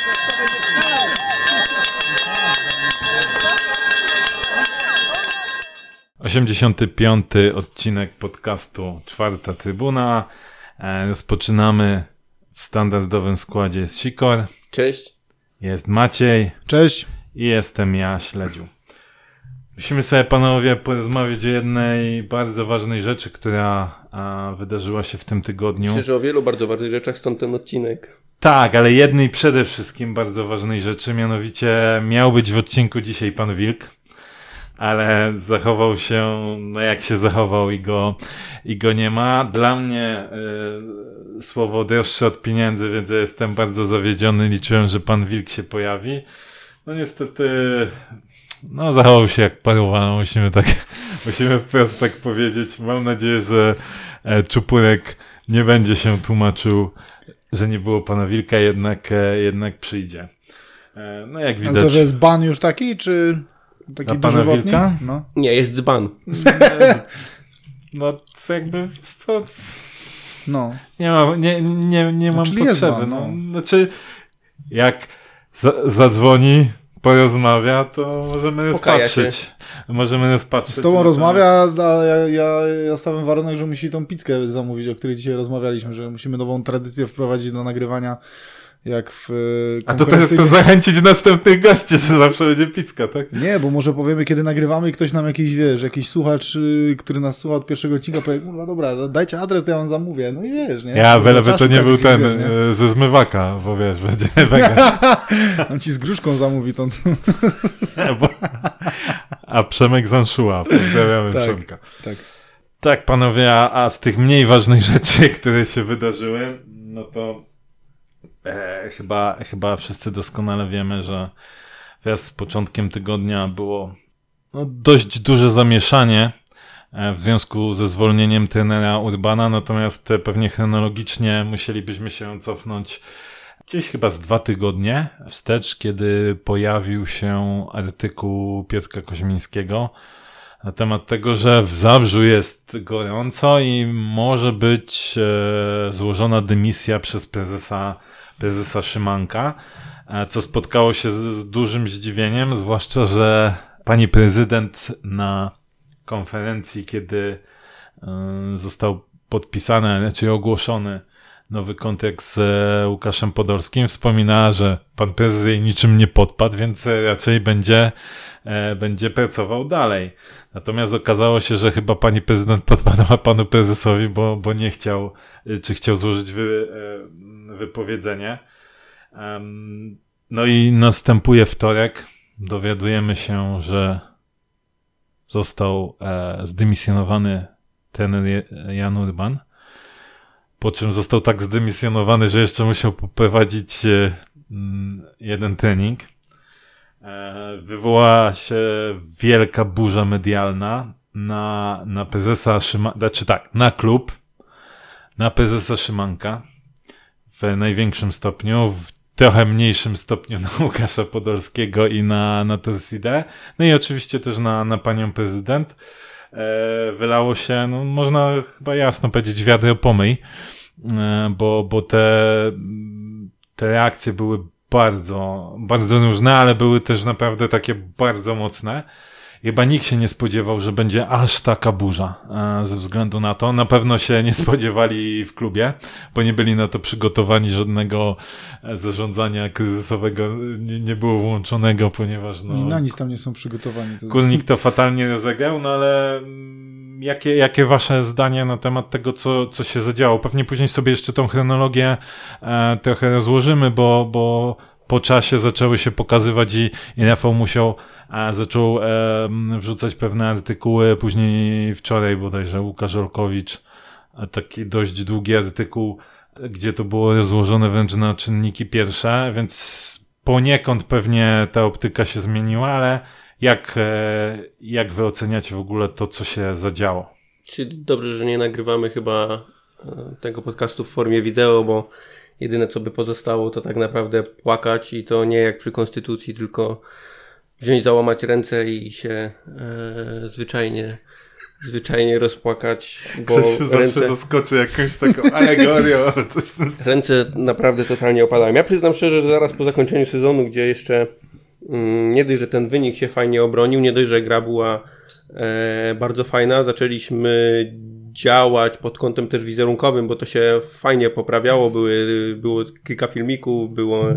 ...85. odcinek podcastu Czwarta Trybuna. Rozpoczynamy w standardowym składzie. Jest Sikor. Cześć. Jest Maciej. Cześć. I jestem ja, Śledziu. Musimy sobie, panowie, porozmawiać o jednej bardzo ważnej rzeczy, która wydarzyła się w tym tygodniu. Myślę, że o wielu bardzo ważnych rzeczach, stąd ten odcinek. Tak, ale jednej przede wszystkim bardzo ważnej rzeczy, mianowicie miał być w odcinku dzisiaj pan Wilk, ale zachował się, no jak się zachował i go nie ma. Dla mnie słowo droższe od pieniędzy, więc ja jestem bardzo zawiedziony. Liczyłem, że pan Wilk się pojawi. No niestety, no zachował się jak paruwa, no musimy wprost tak powiedzieć. Mam nadzieję, że Czupurek nie będzie się tłumaczył, że nie było pana Wilka, jednak przyjdzie. No jak widać. Ale to, że jest ban już taki, czy taki a pana Wilka? No. Nie, jest dzban. No to jakby co? No. Nie mam czyli potrzeby. ban, no. Znaczy, jak zadzwoni, porozmawia, to możemy rozpatrzyć. Z tobą rozmawia, a ja stawiam warunek, że musi tą pizzkę zamówić, o której dzisiaj rozmawialiśmy, że musimy nową tradycję wprowadzić do nagrywania, jak w A to też to zachęcić następnych gości, że zawsze będzie pizzka, tak? Nie, bo może powiemy, kiedy nagrywamy i ktoś nam jakiś słuchacz, który nas słucha od pierwszego odcinka, powie, no dobra, dajcie adres, to ja wam zamówię. No i wiesz, nie? Ja, byleby to nie był ten ze zmywaka, bo wiesz, będzie wega. On ci z gruszką zamówi tą. A Przemek z Anszua. Pozdrawiamy tak, Przemka. Tak. Tak, panowie, a z tych mniej ważnych rzeczy, które się wydarzyły, no to chyba wszyscy doskonale wiemy, że wraz z początkiem tygodnia było dość duże zamieszanie w związku ze zwolnieniem trenera Urbana, natomiast pewnie chronologicznie musielibyśmy się cofnąć gdzieś chyba z 2 tygodnie wstecz, kiedy pojawił się artykuł Piotra Koźmińskiego na temat tego, że w Zabrzu jest gorąco i może być złożona dymisja przez prezesa Szymanka, co spotkało się z dużym zdziwieniem, zwłaszcza, że pani prezydent na konferencji, kiedy został podpisany, raczej ogłoszony nowy kontrakt z Łukaszem Podorskim, wspominała, że pan prezes jej niczym nie podpadł, więc raczej będzie pracował dalej. Natomiast okazało się, że chyba pani prezydent podpadła panu prezesowi, bo nie chciał, czy chciał złożyć wypowiedzenie. No i następuje wtorek. Dowiadujemy się, że został zdymisjonowany trener Jan Urban. Po czym został tak zdymisjonowany, że jeszcze musiał poprowadzić jeden trening. Wywołała się wielka burza medialna na prezesa Szymanka, znaczy tak, na klub, na prezesa Szymanka w największym stopniu, w trochę mniejszym stopniu na Łukasza Podolskiego i na Torsidę, no i oczywiście też na panią prezydent. Wylało się, no można chyba jasno powiedzieć, wiadro pomyj, bo te reakcje były bardzo, bardzo różne, ale były też naprawdę takie bardzo mocne. Chyba nikt się nie spodziewał, że będzie aż taka burza ze względu na to. Na pewno się nie spodziewali w klubie, bo nie byli na to przygotowani, żadnego zarządzania kryzysowego nie było włączonego, ponieważ na nic tam nie są przygotowani. Kulnik to fatalnie rozegrał, no ale jakie wasze zdanie na temat tego, co się zadziało? Pewnie później sobie jeszcze tą chronologię trochę rozłożymy, bo po czasie zaczęły się pokazywać i Rafał zaczął wrzucać pewne artykuły, później wczoraj bodajże Łukasz Olkowicz, taki dość długi artykuł, gdzie to było rozłożone wręcz na czynniki pierwsze, więc poniekąd pewnie ta optyka się zmieniła, ale jak wy oceniacie w ogóle to, co się zadziało? Czyli dobrze, że nie nagrywamy chyba tego podcastu w formie wideo, bo jedyne co by pozostało to tak naprawdę płakać i to nie jak przy konstytucji, tylko wziąć, załamać ręce i się zwyczajnie zwyczajnie rozpłakać, bo Ktoś się zawsze zaskoczy jakąś taką alegorią, ale coś ten... Ręce naprawdę totalnie opadają. Ja przyznam szczerze, że zaraz po zakończeniu sezonu, gdzie jeszcze nie dość, że ten wynik się fajnie obronił, nie dość, że gra była bardzo fajna, zaczęliśmy działać pod kątem też wizerunkowym, bo to się fajnie poprawiało, było kilka filmików, było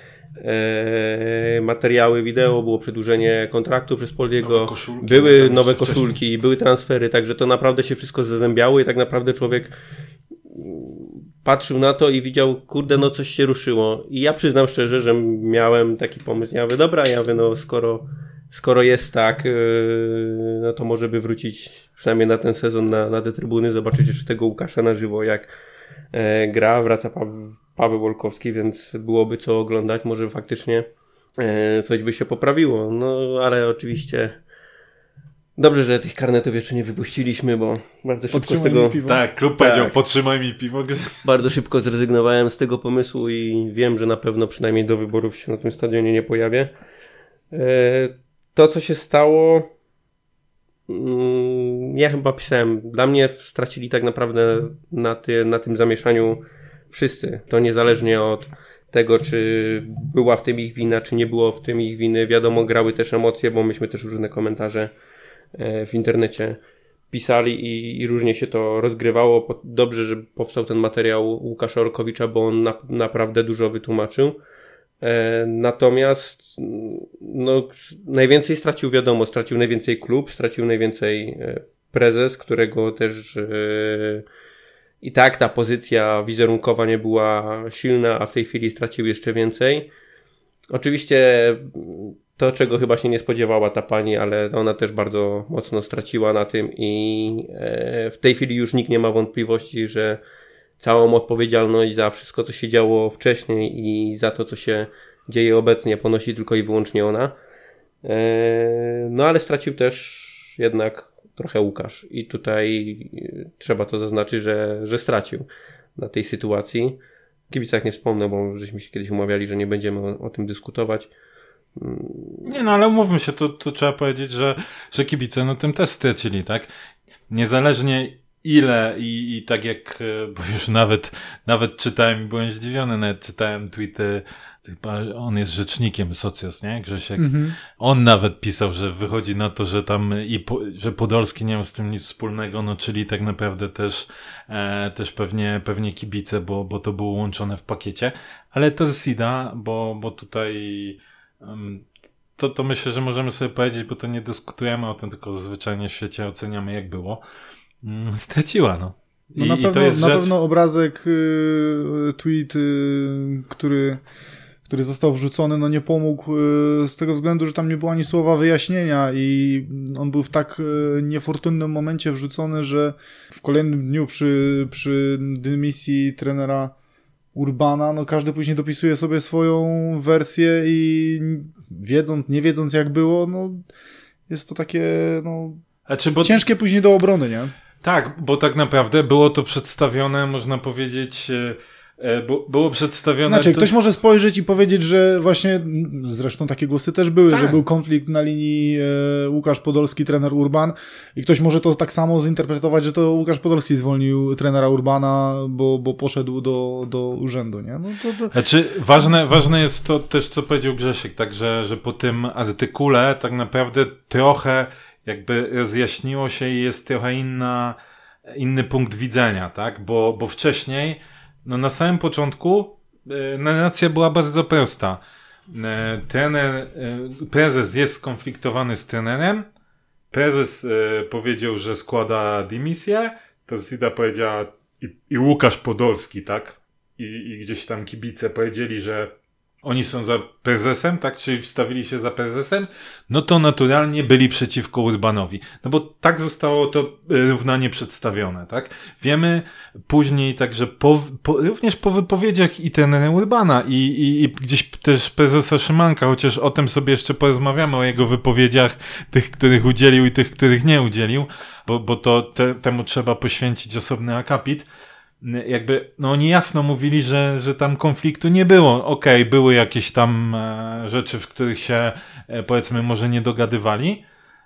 materiały wideo, było przedłużenie kontraktu przez Poldiego, były nowe koszulki, były transfery, także to naprawdę się wszystko zazębiało i tak naprawdę człowiek patrzył na to i widział, kurde, no coś się ruszyło. I ja przyznam szczerze, że miałem taki pomysł, ja mówię, dobra, no skoro jest tak, no to może by wrócić przynajmniej na ten sezon na te trybuny, zobaczyć jeszcze tego Łukasza na żywo, jak gra, wraca Paweł Wolkowski, więc byłoby co oglądać, może faktycznie coś by się poprawiło. No, ale oczywiście dobrze, że tych karnetów jeszcze nie wypuściliśmy, bo bardzo szybko z tego... Tak, klub powiedział, podtrzymaj mi piwo. Bardzo szybko zrezygnowałem z tego pomysłu i wiem, że na pewno przynajmniej do wyborów się na tym stadionie nie pojawię. To, co się stało, ja chyba pisałem, dla mnie stracili tak naprawdę na tym zamieszaniu wszyscy. To niezależnie od tego, czy była w tym ich wina, czy nie było w tym ich winy. Wiadomo, grały też emocje, bo myśmy też różne komentarze w internecie pisali i różnie się to rozgrywało. Dobrze, że powstał ten materiał Łukasza Orkowicza, bo on naprawdę dużo wytłumaczył. Natomiast no, najwięcej stracił, wiadomo, stracił najwięcej klub, stracił najwięcej prezes, którego też i tak ta pozycja wizerunkowa nie była silna, a w tej chwili stracił jeszcze więcej. Oczywiście to, czego chyba się nie spodziewała ta pani, ale ona też bardzo mocno straciła na tym i w tej chwili już nikt nie ma wątpliwości, że całą odpowiedzialność za wszystko, co się działo wcześniej i za to, co się dzieje obecnie, ponosi tylko i wyłącznie ona. No ale stracił też jednak trochę Łukasz i tutaj trzeba to zaznaczyć, że stracił na tej sytuacji. O kibicach nie wspomnę, bo żeśmy się kiedyś umawiali, że nie będziemy o tym dyskutować. Nie, no ale umówmy się, to trzeba powiedzieć, że kibice na tym też stracili, tak? Niezależnie ile i tak jak, bo już nawet czytałem i byłem zdziwiony, nawet czytałem tweety, chyba on jest rzecznikiem Socjos, nie? Grzesiek. On nawet pisał, że wychodzi na to, że tam że Podolski nie miał z tym nic wspólnego, no czyli tak naprawdę też pewnie kibice, bo to było łączone w pakiecie, ale to jest Sida, bo tutaj to myślę, że możemy sobie powiedzieć, bo to nie dyskutujemy o tym, tylko zwyczajnie w świecie oceniamy, jak było. Straciła, no. No na pewno obrazek, tweet, który został wrzucony, no nie pomógł z tego względu, że tam nie było ani słowa wyjaśnienia i on był w tak niefortunnym momencie wrzucony, że w kolejnym dniu przy dymisji trenera Urbana, no każdy później dopisuje sobie swoją wersję i nie wiedząc jak było, no jest to takie, no ciężkie później do obrony, nie? Tak, bo tak naprawdę było to przedstawione, można powiedzieć, było przedstawione... Znaczy, ktoś może spojrzeć i powiedzieć, że właśnie, zresztą takie głosy też były, że był konflikt na linii Łukasz Podolski, trener Urban i ktoś może to tak samo zinterpretować, że to Łukasz Podolski zwolnił trenera Urbana, bo poszedł do urzędu, nie? No to... Znaczy, ważne jest to też, co powiedział Grzesiek, tak, że po tym artykule tak naprawdę trochę jakby rozjaśniło się i jest trochę inny punkt widzenia, tak? Bo wcześniej, no na samym początku narracja była bardzo prosta. Prezes jest skonfliktowany z trenerem, prezes powiedział, że składa dymisję, to Zida powiedziała i Łukasz Podolski, tak? I gdzieś tam kibice powiedzieli, że oni są za prezesem, tak? Czyli wstawili się za prezesem, no to naturalnie byli przeciwko Urbanowi. No bo tak zostało to równanie przedstawione, tak? Wiemy później także również po wypowiedziach i trenera Urbana i gdzieś też prezesa Szymanka, chociaż o tym sobie jeszcze porozmawiamy, o jego wypowiedziach, tych, których udzielił i tych, których nie udzielił, bo to temu trzeba poświęcić osobny akapit. Jakby, no oni jasno mówili, że tam konfliktu nie było. Okej, były jakieś tam rzeczy, w których się, powiedzmy, może nie dogadywali,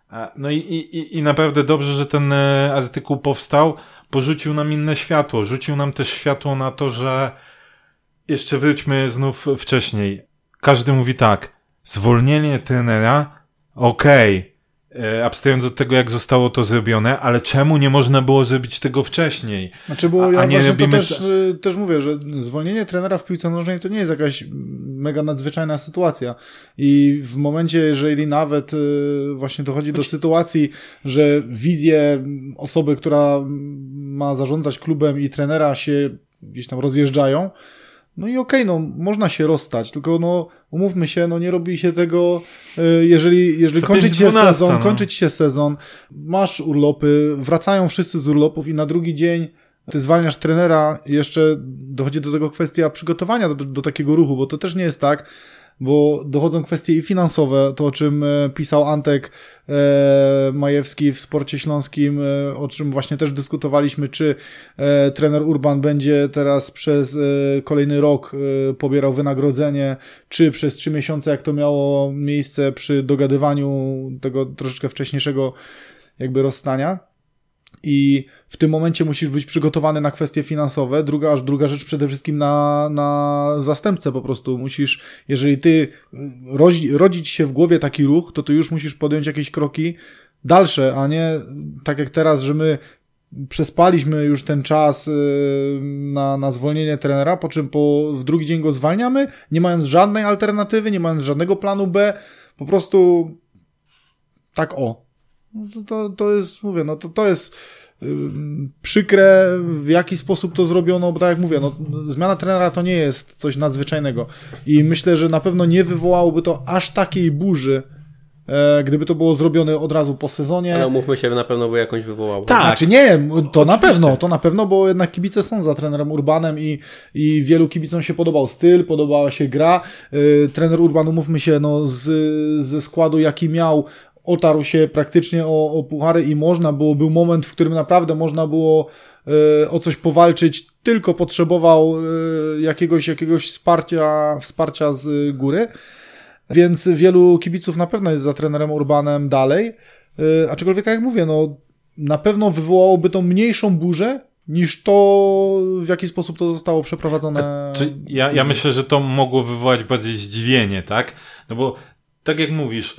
No i naprawdę dobrze, że ten artykuł powstał, bo rzucił nam inne światło. Rzucił nam też światło na to, że jeszcze wróćmy znów wcześniej. Każdy mówi tak, zwolnienie trenera, okej. Abstrahując od tego, jak zostało to zrobione, ale czemu nie można było zrobić tego wcześniej? Znaczy, bo ja właśnie robimy... to też mówię, że zwolnienie trenera w piłce nożnej to nie jest jakaś mega nadzwyczajna sytuacja. I w momencie, jeżeli nawet właśnie dochodzi do sytuacji, że wizje osoby, która ma zarządzać klubem i trenera się gdzieś tam rozjeżdżają, no i okej, no można się rozstać, tylko no umówmy się, no nie robi się tego, jeżeli kończy ci się sezon, masz urlopy, wracają wszyscy z urlopów i na drugi dzień ty zwalniasz trenera, jeszcze dochodzi do tego kwestia przygotowania do takiego ruchu, bo to też nie jest tak, bo dochodzą kwestie i finansowe, to o czym pisał Antek Majewski w Sporcie Śląskim, o czym właśnie też dyskutowaliśmy, czy trener Urban będzie teraz przez kolejny rok pobierał wynagrodzenie, czy przez 3 miesiące, jak to miało miejsce przy dogadywaniu tego troszeczkę wcześniejszego jakby rozstania. I w tym momencie musisz być przygotowany na kwestie finansowe. Druga rzecz przede wszystkim na zastępcę po prostu. Musisz, jeżeli ty rodzić się w głowie taki ruch, to ty już musisz podjąć jakieś kroki dalsze, a nie tak jak teraz, że my przespaliśmy już ten czas na zwolnienie trenera, po czym w drugi dzień go zwalniamy, nie mając żadnej alternatywy, nie mając żadnego planu B, po prostu tak To jest, mówię, no to jest przykre, w jaki sposób to zrobiono, bo tak jak mówię, no zmiana trenera to nie jest coś nadzwyczajnego i myślę, że na pewno nie wywołałoby to aż takiej burzy, gdyby to było zrobione od razu po sezonie. Ale umówmy się, na pewno by jakąś wywołało. Tak. Znaczy nie, to na pewno, bo jednak kibice są za trenerem Urbanem i wielu kibicom się podobał styl, podobała się gra. Trener Urban, umówmy się, no ze składu jaki miał, otarł się praktycznie o puchary i był moment, w którym naprawdę można było o coś powalczyć, tylko potrzebował jakiegoś wsparcia z góry, więc wielu kibiców na pewno jest za trenerem Urbanem dalej, aczkolwiek tak jak mówię, no na pewno wywołałoby to mniejszą burzę niż to, w jaki sposób to zostało przeprowadzone. Ja myślę, że to mogło wywołać bardziej zdziwienie, tak? No bo tak jak mówisz,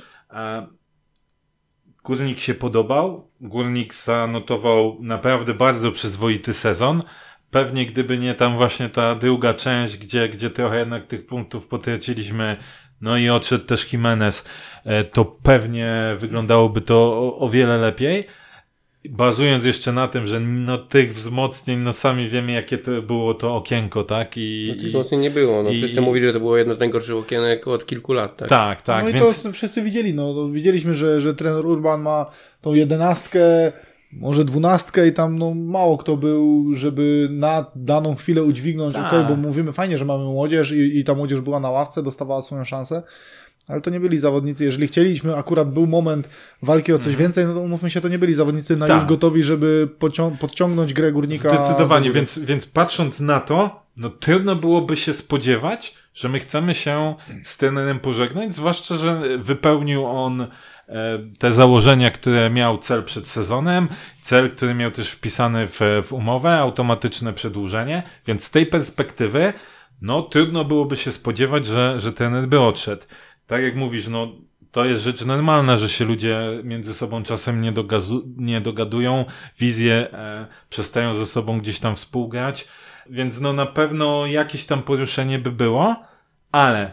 Górnik się podobał, Górnik zanotował naprawdę bardzo przyzwoity sezon. Pewnie gdyby nie tam właśnie ta druga część, gdzie trochę jednak tych punktów potraciliśmy, no i odszedł też Jimenez, to pewnie wyglądało to o wiele lepiej. Bazując jeszcze na tym, że no tych wzmocnień, no sami wiemy jakie to było to okienko, tak? Tych wzmocnień nie było, no wszyscy mówili, że to było jedno z najgorszych okienek od kilku lat, tak? Tak. No i to wszyscy widzieli, no widzieliśmy, że trener Urban ma tą 11, może 12 i tam no mało kto był, żeby na daną chwilę udźwignąć, bo mówimy fajnie, że mamy młodzież i ta młodzież była na ławce, dostawała swoją szansę. Ale to nie byli zawodnicy, jeżeli chcieliśmy, akurat był moment walki o coś więcej, no to umówmy się, to nie byli zawodnicy już gotowi, żeby podciągnąć grę Górnika. Zdecydowanie, więc patrząc na to, no trudno byłoby się spodziewać, że my chcemy się z trenerem pożegnać, zwłaszcza, że wypełnił on te założenia, które miał cel przed sezonem, cel, który miał też wpisany w umowę, automatyczne przedłużenie, więc z tej perspektywy, no trudno byłoby się spodziewać, że trener by odszedł. Tak jak mówisz, no to jest rzecz normalna, że się ludzie między sobą czasem nie dogadują, wizje przestają ze sobą gdzieś tam współgrać, więc no na pewno jakieś tam poruszenie by było, ale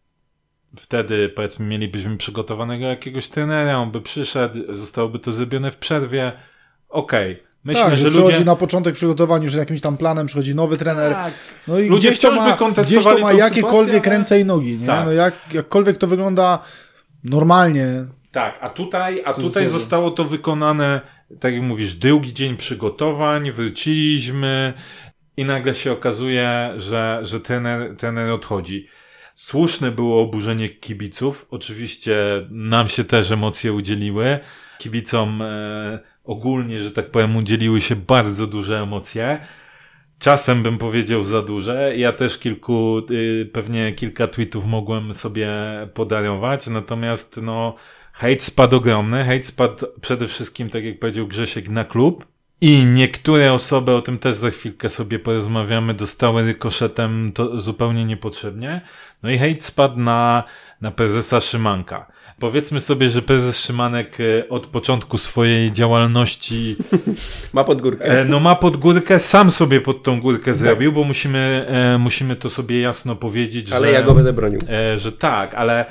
wtedy powiedzmy mielibyśmy przygotowanego jakiegoś trenera, on by przyszedł, zostałoby to zrobione w przerwie, okej. Myślę, że przychodzi na początek przygotowań już z jakimś tam planem, przychodzi nowy trener. Tak. No i gdzieś to ma jakiekolwiek ręce i nogi, nie? Tak. No jakkolwiek to wygląda normalnie. Tak, a tutaj zostało to wykonane, tak jak mówisz, drugi dzień przygotowań, wróciliśmy i nagle się okazuje, że trener odchodzi. Słuszne było oburzenie kibiców. Oczywiście nam się też emocje udzieliły. Kibicom ogólnie, że tak powiem, udzieliły się bardzo duże emocje. Czasem bym powiedział za duże. Ja też pewnie kilka tweetów mogłem sobie podarować. Natomiast no hejt spadł ogromny, hejt spadł przede wszystkim, tak jak powiedział Grzesiek, na klub i niektóre osoby, o tym też za chwilkę sobie porozmawiamy, dostały rykoszetem to zupełnie niepotrzebnie. No i hejt spadł na prezesa Szymanka. Powiedzmy sobie, że prezes Szymanek od początku swojej działalności ma pod górkę. Ma pod górkę, sam sobie pod tą górkę zrobił, bo musimy to sobie jasno powiedzieć, ale ja go będę bronił. Że tak, ale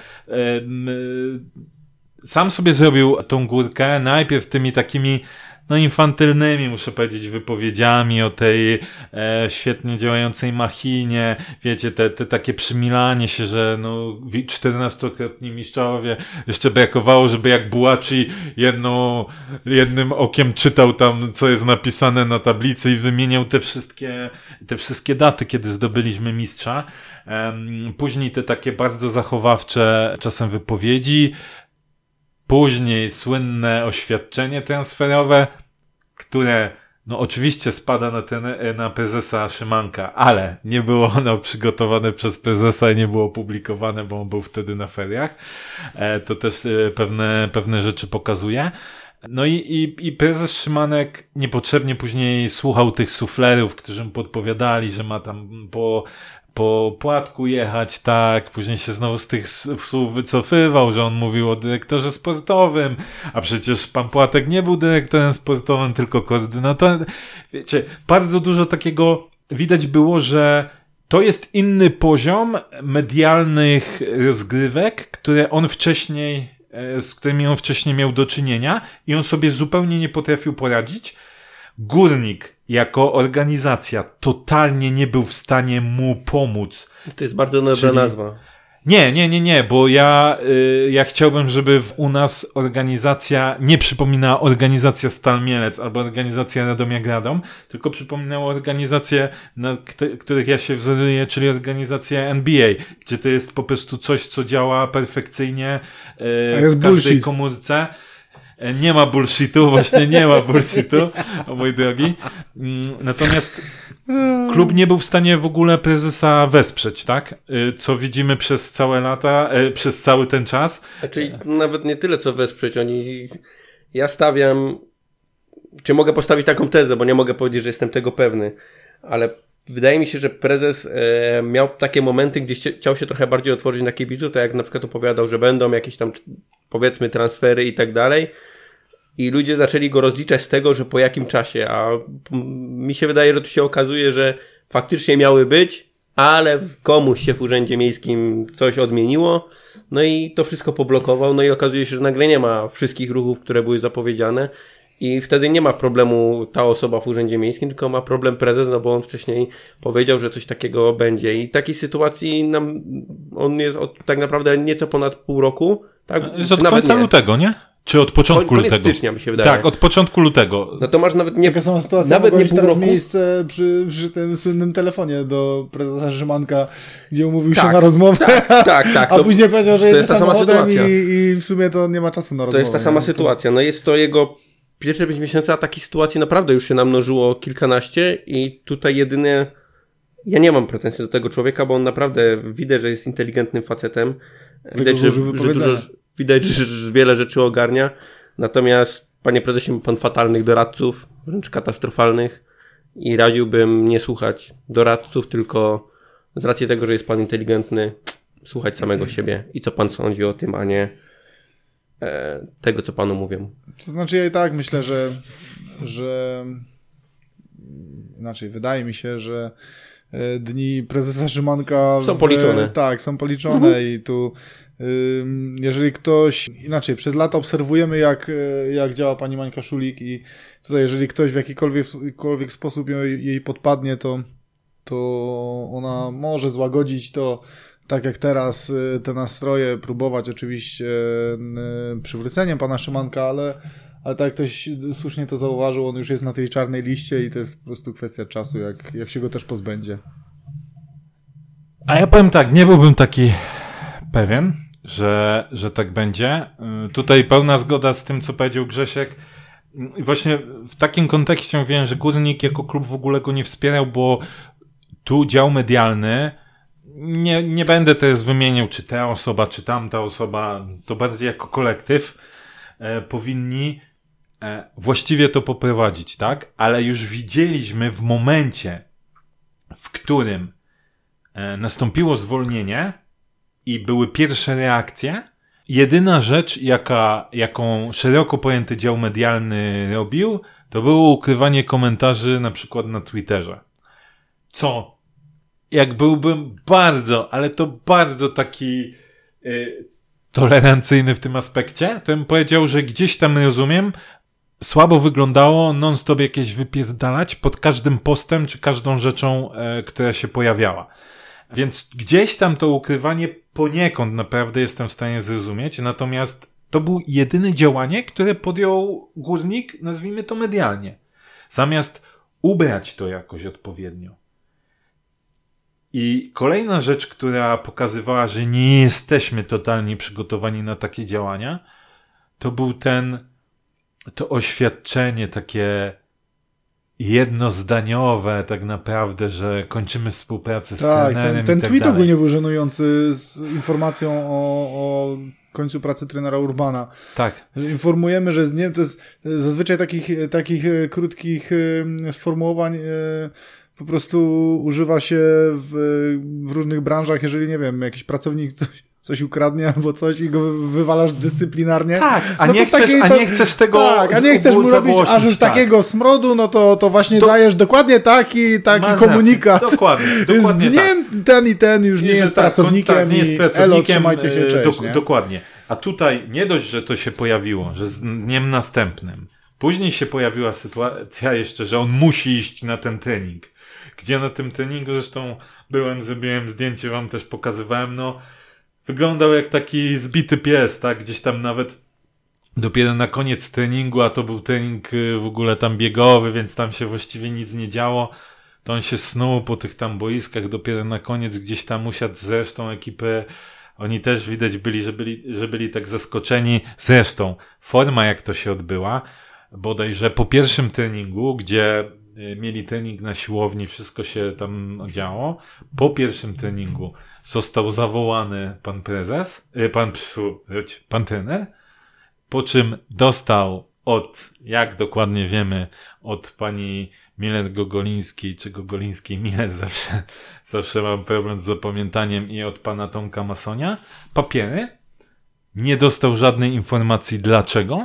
sam sobie zrobił tą górkę, najpierw tymi takimi infantylnymi, muszę powiedzieć, wypowiedziami o tej świetnie działającej machinie, wiecie, te takie przymilanie się, że 14-krotni mistrzowie, jeszcze brakowało, żeby jak Bułaci jednym okiem czytał tam, co jest napisane na tablicy i wymieniał te wszystkie daty, kiedy zdobyliśmy mistrza. Później te takie bardzo zachowawcze czasem wypowiedzi, później słynne oświadczenie transferowe, które oczywiście spada na prezesa Szymanka, ale nie było ono przygotowane przez prezesa i nie było opublikowane, bo on był wtedy na feriach. To też pewne rzeczy pokazuje. No i prezes Szymanek niepotrzebnie później słuchał tych suflerów, którzy mu podpowiadali, że ma tam po płatku jechać, tak, później się znowu z tych słów wycofywał, że on mówił o dyrektorze sportowym, a przecież pan Płatek nie był dyrektorem sportowym, tylko koordynatorem. Wiecie, bardzo dużo takiego widać było, że to jest inny poziom medialnych rozgrywek, z którymi on wcześniej miał do czynienia i on sobie zupełnie nie potrafił poradzić. Górnik jako organizacja totalnie nie był w stanie mu pomóc. To jest bardzo dobra nazwa. Nie, bo ja chciałbym, żeby u nas organizacja nie przypominała organizacja Stal Mielec albo organizacja Radomiak Radom, tylko przypominała organizacje, na których ja się wzoruję, czyli organizacja NBA, gdzie to jest po prostu coś, co działa perfekcyjnie w każdej komórce. Nie ma bullshitu, właśnie nie ma bullshitu, mój drogi. Natomiast klub nie był w stanie w ogóle prezesa wesprzeć, tak? Co widzimy przez całe lata, przez cały ten czas. Znaczy nawet nie tyle co wesprzeć, ja stawiam, czy mogę postawić taką tezę, bo nie mogę powiedzieć, że jestem tego pewny, ale wydaje mi się, że prezes miał takie momenty, gdzie chciał się trochę bardziej otworzyć na kibiców, tak jak na przykład opowiadał, że będą jakieś tam, powiedzmy, transfery i tak dalej. I ludzie zaczęli go rozliczać z tego, że po jakim czasie, a mi się wydaje, że tu się okazuje, że faktycznie miały być, ale komuś się w urzędzie miejskim coś odmieniło, no i to wszystko poblokował, no i okazuje się, że nagle nie ma wszystkich ruchów, które były zapowiedziane i wtedy nie ma problemu ta osoba w urzędzie miejskim, tylko ma problem prezes, no bo on wcześniej powiedział, że coś takiego będzie i takiej sytuacji on jest tak naprawdę nieco ponad pół roku. Tak? Jest od końca lutego, nie? Czy od początku lutego? Koniec stycznia mi się wydaje. Tak, od początku lutego. No to masz nawet nie... Taka sama sytuacja nawet nie pół roku. Miejsce przy tym słynnym telefonie do prezesa Szymanka, gdzie umówił się na rozmowę, tak. A później powiedział, że jest samochodem i w sumie to nie ma czasu na rozmowę. To jest ta sama sytuacja. No jest to jego pierwsze 5 miesięcy, a takich sytuacji naprawdę już się namnożyło kilkanaście i tutaj jedynie ja nie mam pretensji do tego człowieka, bo on naprawdę widać, że jest inteligentnym facetem. Widać, że wiele rzeczy ogarnia. Natomiast, panie prezesie, ma pan fatalnych doradców, wręcz katastrofalnych i radziłbym nie słuchać doradców, tylko z racji tego, że jest pan inteligentny, słuchać samego siebie i co pan sądzi o tym, a nie tego, co panu mówią. To znaczy ja i tak myślę, że inaczej, wydaje mi się, że dni prezesa Szymanka są policzone. Tak, są policzone i tu jeżeli ktoś, inaczej, przez lata obserwujemy jak działa pani Mańka Szulik i tutaj jeżeli ktoś w jakikolwiek sposób jej podpadnie, to ona może złagodzić to, tak jak teraz te nastroje, próbować oczywiście przywróceniem pana Szymanka, ale tak jak ktoś słusznie to zauważył, on już jest na tej czarnej liście i to jest po prostu kwestia czasu, jak się go też pozbędzie. A ja powiem tak, nie byłbym taki pewien, że tak będzie. Tutaj pełna zgoda z tym, co powiedział Grzesiek. I właśnie w takim kontekście mówiłem, że Górnik jako klub w ogóle go nie wspierał, bo tu dział medialny nie będę teraz wymieniał, czy ta osoba, czy tamta osoba, to bardziej jako kolektyw powinni właściwie to poprowadzić, tak? Ale już widzieliśmy w momencie, w którym nastąpiło zwolnienie i były pierwsze reakcje, jedyna rzecz, jaką szeroko pojęty dział medialny robił, to było ukrywanie komentarzy na przykład na Twitterze. Co? Jak byłbym bardzo, ale to bardzo taki tolerancyjny w tym aspekcie, to bym powiedział, że gdzieś tam, rozumiem, słabo wyglądało non-stop jakieś wypierdalać pod każdym postem czy każdą rzeczą, która się pojawiała. Więc gdzieś tam to ukrywanie poniekąd naprawdę jestem w stanie zrozumieć, natomiast to było jedyne działanie, które podjął Górnik, nazwijmy to medialnie. Zamiast ubrać to jakoś odpowiednio. I kolejna rzecz, która pokazywała, że nie jesteśmy totalnie przygotowani na takie działania, to był to oświadczenie takie jednozdaniowe tak naprawdę, że kończymy współpracę z trenerem. Ten i tak tweet dalej. ogólnie był żenujący z informacją o końcu pracy trenera Urbana. Tak. Informujemy, że to jest zazwyczaj takich krótkich sformułowań po prostu używa się w różnych branżach, jeżeli, nie wiem, jakiś pracownik coś ukradnie albo coś i go wywalasz dyscyplinarnie. Tak, a nie chcesz tego tak, a nie chcesz mu robić aż już takiego smrodu, no to właśnie dajesz dokładnie taki komunikat. Dokładnie tak. Ten i ten już nie jest pracownikiem nie jest pracownikiem, elo, trzymajcie się, cześć. Dokładnie. A tutaj nie dość, że to się pojawiło, że z dniem następnym. Później się pojawiła sytuacja jeszcze, że on musi iść na ten trening. Gdzie na tym treningu, zresztą zrobiłem zdjęcie, wam też pokazywałem, wyglądał jak taki zbity pies, tak? Gdzieś tam nawet dopiero na koniec treningu, a to był trening w ogóle tam biegowy, więc tam się właściwie nic nie działo. To on się snuł po tych tam boiskach, dopiero na koniec gdzieś tam usiadł z resztą ekipy. Oni też widać że byli tak zaskoczeni. Zresztą forma jak to się odbyła, bodajże po pierwszym treningu, gdzie mieli trening na siłowni, wszystko się tam działo. Po pierwszym treningu został zawołany pan trener, po czym dostał jak dokładnie wiemy, od pani Miller-Gogolińskiej, czy Gogolińskiej-Miller, zawsze mam problem z zapamiętaniem, i od pana Tomka Masonia, papiery. Nie dostał żadnej informacji dlaczego,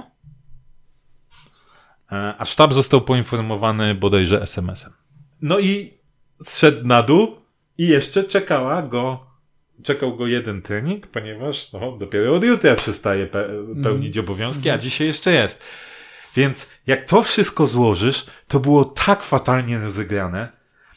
a sztab został poinformowany bodajże SMS-em. No i zszedł na dół i jeszcze czekał go jeden trening, ponieważ dopiero od jutra przestaje pełnić obowiązki, a dzisiaj jeszcze jest. Więc jak to wszystko złożysz, to było tak fatalnie rozegrane.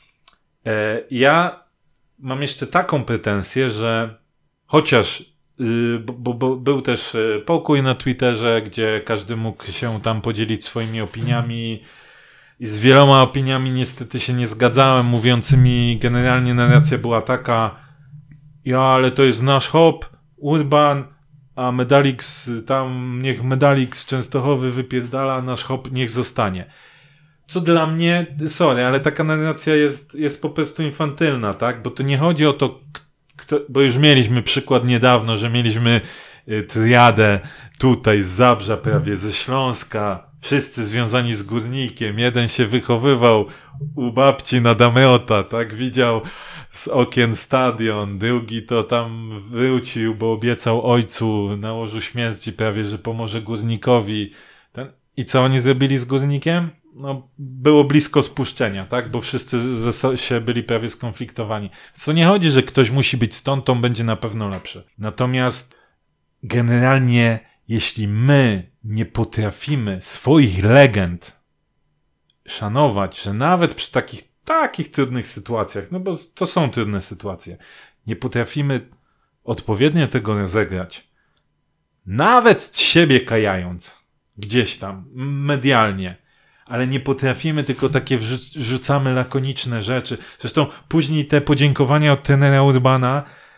Ja mam jeszcze taką pretensję, że chociaż bo był też pokój na Twitterze, gdzie każdy mógł się tam podzielić swoimi opiniami i z wieloma opiniami niestety się nie zgadzałem, mówiącymi generalnie narracja była taka: ale to jest nasz hop, Urban, a Medalix niech Medalix z Częstochowy wypierdala, nasz hop niech zostanie. Co dla mnie, sorry, ale taka narracja jest po prostu infantylna, tak? Bo to nie chodzi o to, bo już mieliśmy przykład niedawno, że mieliśmy triadę tutaj z Zabrza, prawie ze Śląska, wszyscy związani z Górnikiem. Jeden się wychowywał u babci na Dameota, tak? Widział z okien stadion, drugi to tam wrócił, bo obiecał ojcu na łożu śmierci prawie, że pomoże Górnikowi. I co oni zrobili z Górnikiem? Było blisko spuszczenia, tak? Bo wszyscy się byli prawie skonfliktowani. Co nie chodzi, że ktoś musi być stąd, to on będzie na pewno lepszy. Natomiast generalnie, jeśli my nie potrafimy swoich legend szanować, że nawet przy takich trudnych sytuacjach, bo to są trudne sytuacje, nie potrafimy odpowiednio tego rozegrać, nawet siebie kajając, gdzieś tam, medialnie, ale nie potrafimy, tylko takie wrzucamy lakoniczne rzeczy. Zresztą później te podziękowania od trenera Urbana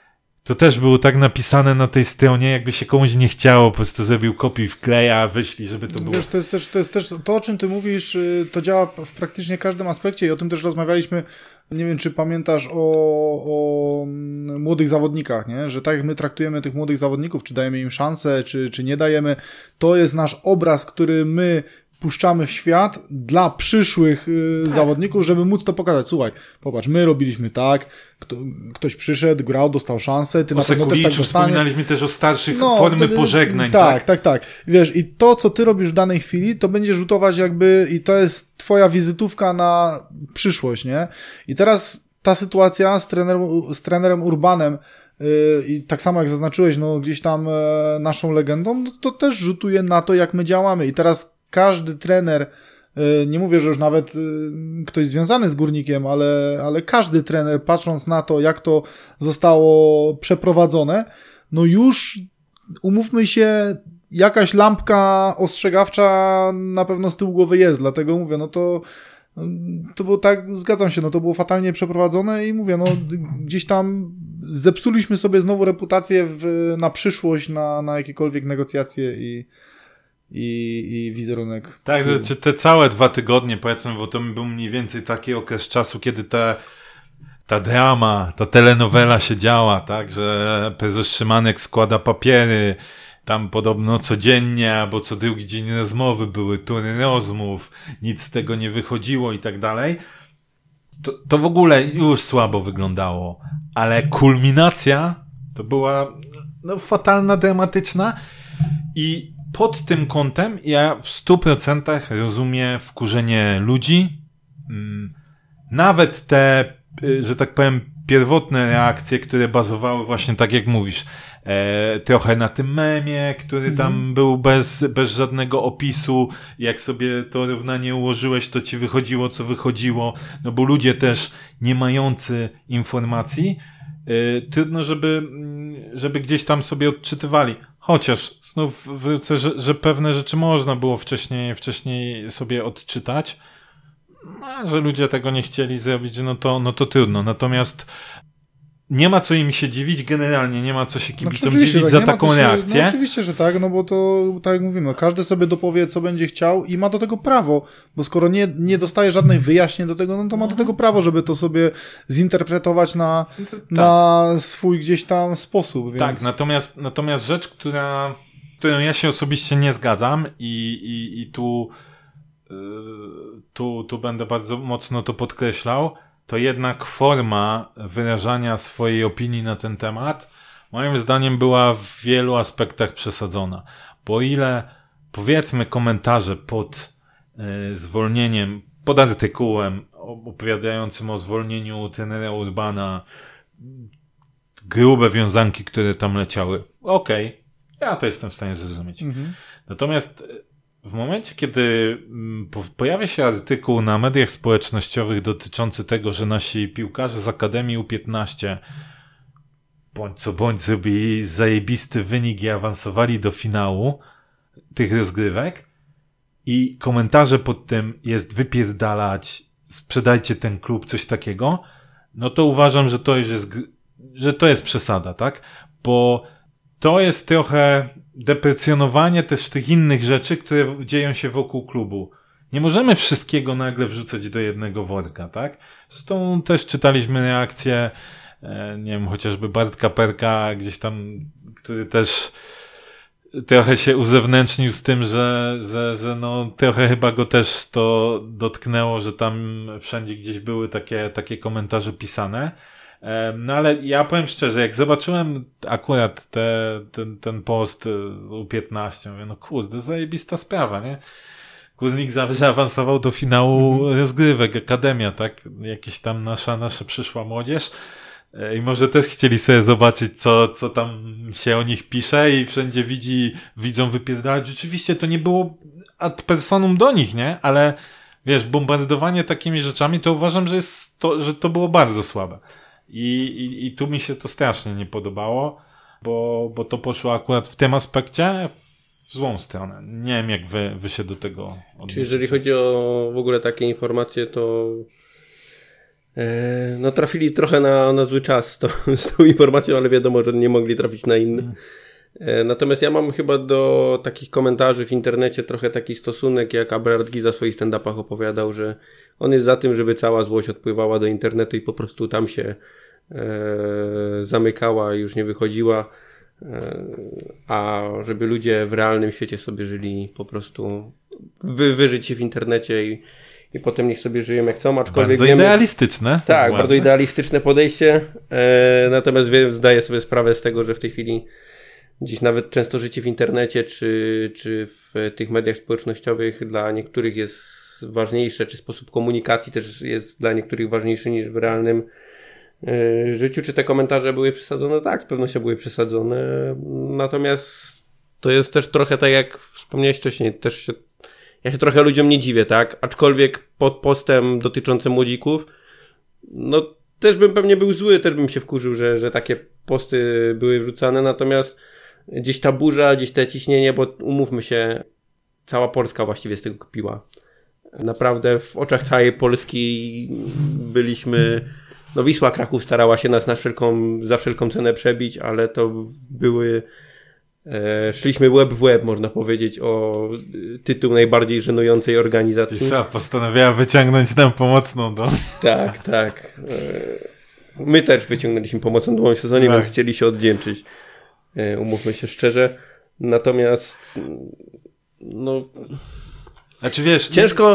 To też było tak napisane na tej stronie, jakby się komuś nie chciało, po prostu zrobił kopiuj wkleja, wyszli, żeby to było. Wiesz, to jest też to, o czym ty mówisz, to działa w praktycznie każdym aspekcie i o tym też rozmawialiśmy. Nie wiem, czy pamiętasz o młodych zawodnikach, nie? Że tak jak my traktujemy tych młodych zawodników, czy dajemy im szansę, czy nie dajemy, to jest nasz obraz, który my puszczamy w świat dla przyszłych zawodników, żeby móc to pokazać. Słuchaj, popatrz, my robiliśmy tak, ktoś przyszedł, grał, dostał szansę, ty na pewno też tak dostaniesz. Wspominaliśmy też o starszych formy pożegnań. Tak. Wiesz, i to, co ty robisz w danej chwili, to będzie rzutować jakby, i to jest twoja wizytówka na przyszłość, nie? I teraz ta sytuacja z trenerem Urbanem, i tak samo jak zaznaczyłeś, no gdzieś tam naszą legendą, no, to też rzutuje na to, jak my działamy. I teraz każdy trener, nie mówię, że już nawet ktoś związany z Górnikiem, ale każdy trener, patrząc na to, jak to zostało przeprowadzone, no już umówmy się, jakaś lampka ostrzegawcza na pewno z tyłu głowy jest, dlatego mówię, no to było tak, zgadzam się, no to było fatalnie przeprowadzone i mówię, no gdzieś tam zepsuliśmy sobie znowu reputację na przyszłość, na jakiekolwiek negocjacje i wizerunek. Tak, znaczy te całe 2 tygodnie, powiedzmy, bo to był mniej więcej taki okres czasu, kiedy ta drama, ta telenowela się działa, tak, że prezes Szymanek składa papiery, tam podobno codziennie albo co drugi dzień rozmowy były, tury rozmów, nic z tego nie wychodziło i tak dalej. To w ogóle już słabo wyglądało, ale kulminacja to była fatalna, dramatyczna i pod tym kątem ja w 100% rozumiem wkurzenie ludzi. Nawet te, że tak powiem, pierwotne reakcje, które bazowały właśnie tak jak mówisz, trochę na tym memie, który tam był bez żadnego opisu. Jak sobie to równanie ułożyłeś, to ci wychodziło, co wychodziło. No bo ludzie też nie mający informacji, trudno, żeby gdzieś tam sobie odczytywali. Chociaż znów wrócę, że pewne rzeczy można było wcześniej sobie odczytać, a że ludzie tego nie chcieli zrobić, no to trudno. Natomiast nie ma co im się dziwić, generalnie nie ma co się kibicom dziwić tak, za taką reakcję. No oczywiście, że tak, no bo to, tak jak mówimy, każdy sobie dopowie, co będzie chciał i ma do tego prawo, bo skoro nie dostaje żadnych wyjaśnień do tego, no to ma do tego prawo, żeby to sobie zinterpretować na swój gdzieś tam sposób. Więc... Tak, natomiast rzecz, którą ja się osobiście nie zgadzam i tu będę bardzo mocno to podkreślał, to jednak forma wyrażania swojej opinii na ten temat moim zdaniem była w wielu aspektach przesadzona. Bo ile, powiedzmy, komentarze pod zwolnieniem, pod artykułem opowiadającym o zwolnieniu trenera Urbana, grube wiązanki, które tam leciały, okej, ja to jestem w stanie zrozumieć. Natomiast w momencie, kiedy pojawia się artykuł na mediach społecznościowych dotyczący tego, że nasi piłkarze z Akademii U15 bądź zrobili zajebisty wynik i awansowali do finału tych rozgrywek i komentarze pod tym jest wypierdalać, sprzedajcie ten klub, coś takiego, no to uważam, że to jest przesada, tak? Bo to jest trochę deprecjonowanie też tych innych rzeczy, które dzieją się wokół klubu. Nie możemy wszystkiego nagle wrzucać do jednego worka, tak? Zresztą też czytaliśmy reakcję, nie wiem, chociażby Bartka Perka gdzieś tam, który też trochę się uzewnętrznił z tym, że no trochę chyba go też to dotknęło, że tam wszędzie gdzieś były takie komentarze pisane. No ale ja powiem szczerze, jak zobaczyłem akurat ten post z U15, mówię, no kurde, zajebista sprawa, nie? Górnik Zabrze awansował do finału rozgrywek, Akademia, tak? Jakieś tam nasza przyszła młodzież. I może też chcieli sobie zobaczyć, co tam się o nich pisze i wszędzie widzą wypierdalać. Rzeczywiście to nie było ad personum do nich, nie? Ale wiesz, bombardowanie takimi rzeczami, to uważam, że to było bardzo słabe. I tu mi się to strasznie nie podobało, bo to poszło akurat w tym aspekcie w złą stronę. Nie wiem, jak wy się do tego odnosicie. Czyli jeżeli chodzi o w ogóle takie informacje, to No trafili trochę na zły czas z tą informacją, ale wiadomo, że nie mogli trafić na inny. Natomiast ja mam chyba do takich komentarzy w internecie trochę taki stosunek, jak Aberhard Giza w swoich stand-upach opowiadał, że on jest za tym, żeby cała złość odpływała do internetu i po prostu tam się zamykała i już nie wychodziła, a żeby ludzie w realnym świecie sobie żyli, po prostu wyżyć się w internecie i potem niech sobie żyją jak chcą, aczkolwiek bardzo idealistyczne. Tak, ładne. Bardzo idealistyczne podejście, natomiast zdaję sobie sprawę z tego, że w tej chwili dziś nawet często życie w internecie czy w tych mediach społecznościowych dla niektórych jest ważniejsze, czy sposób komunikacji też jest dla niektórych ważniejszy niż w realnym życiu. Czy te komentarze były przesadzone? Tak, z pewnością były przesadzone. Natomiast to jest też trochę tak, jak wspomniałeś wcześniej, ja się trochę ludziom nie dziwię, tak? Aczkolwiek pod postem dotyczącym młodzików, no też bym pewnie był zły, też bym się wkurzył, że takie posty były wrzucane, natomiast gdzieś ta burza, gdzieś te ciśnienie, bo umówmy się, cała Polska właściwie z tego kupiła. Naprawdę w oczach całej Polski byliśmy, no Wisła Kraków starała się nas za wszelką cenę przebić, ale to były, szliśmy łeb w łeb, można powiedzieć, o tytuł najbardziej żenującej organizacji. Wisła postanowiła wyciągnąć nam pomocną dłoń. Tak. My też wyciągnęliśmy pomocną dłoń w sezonie, więc chcieli się odwdzięczyć. Umówmy się szczerze. Natomiast no... Znaczy wiesz...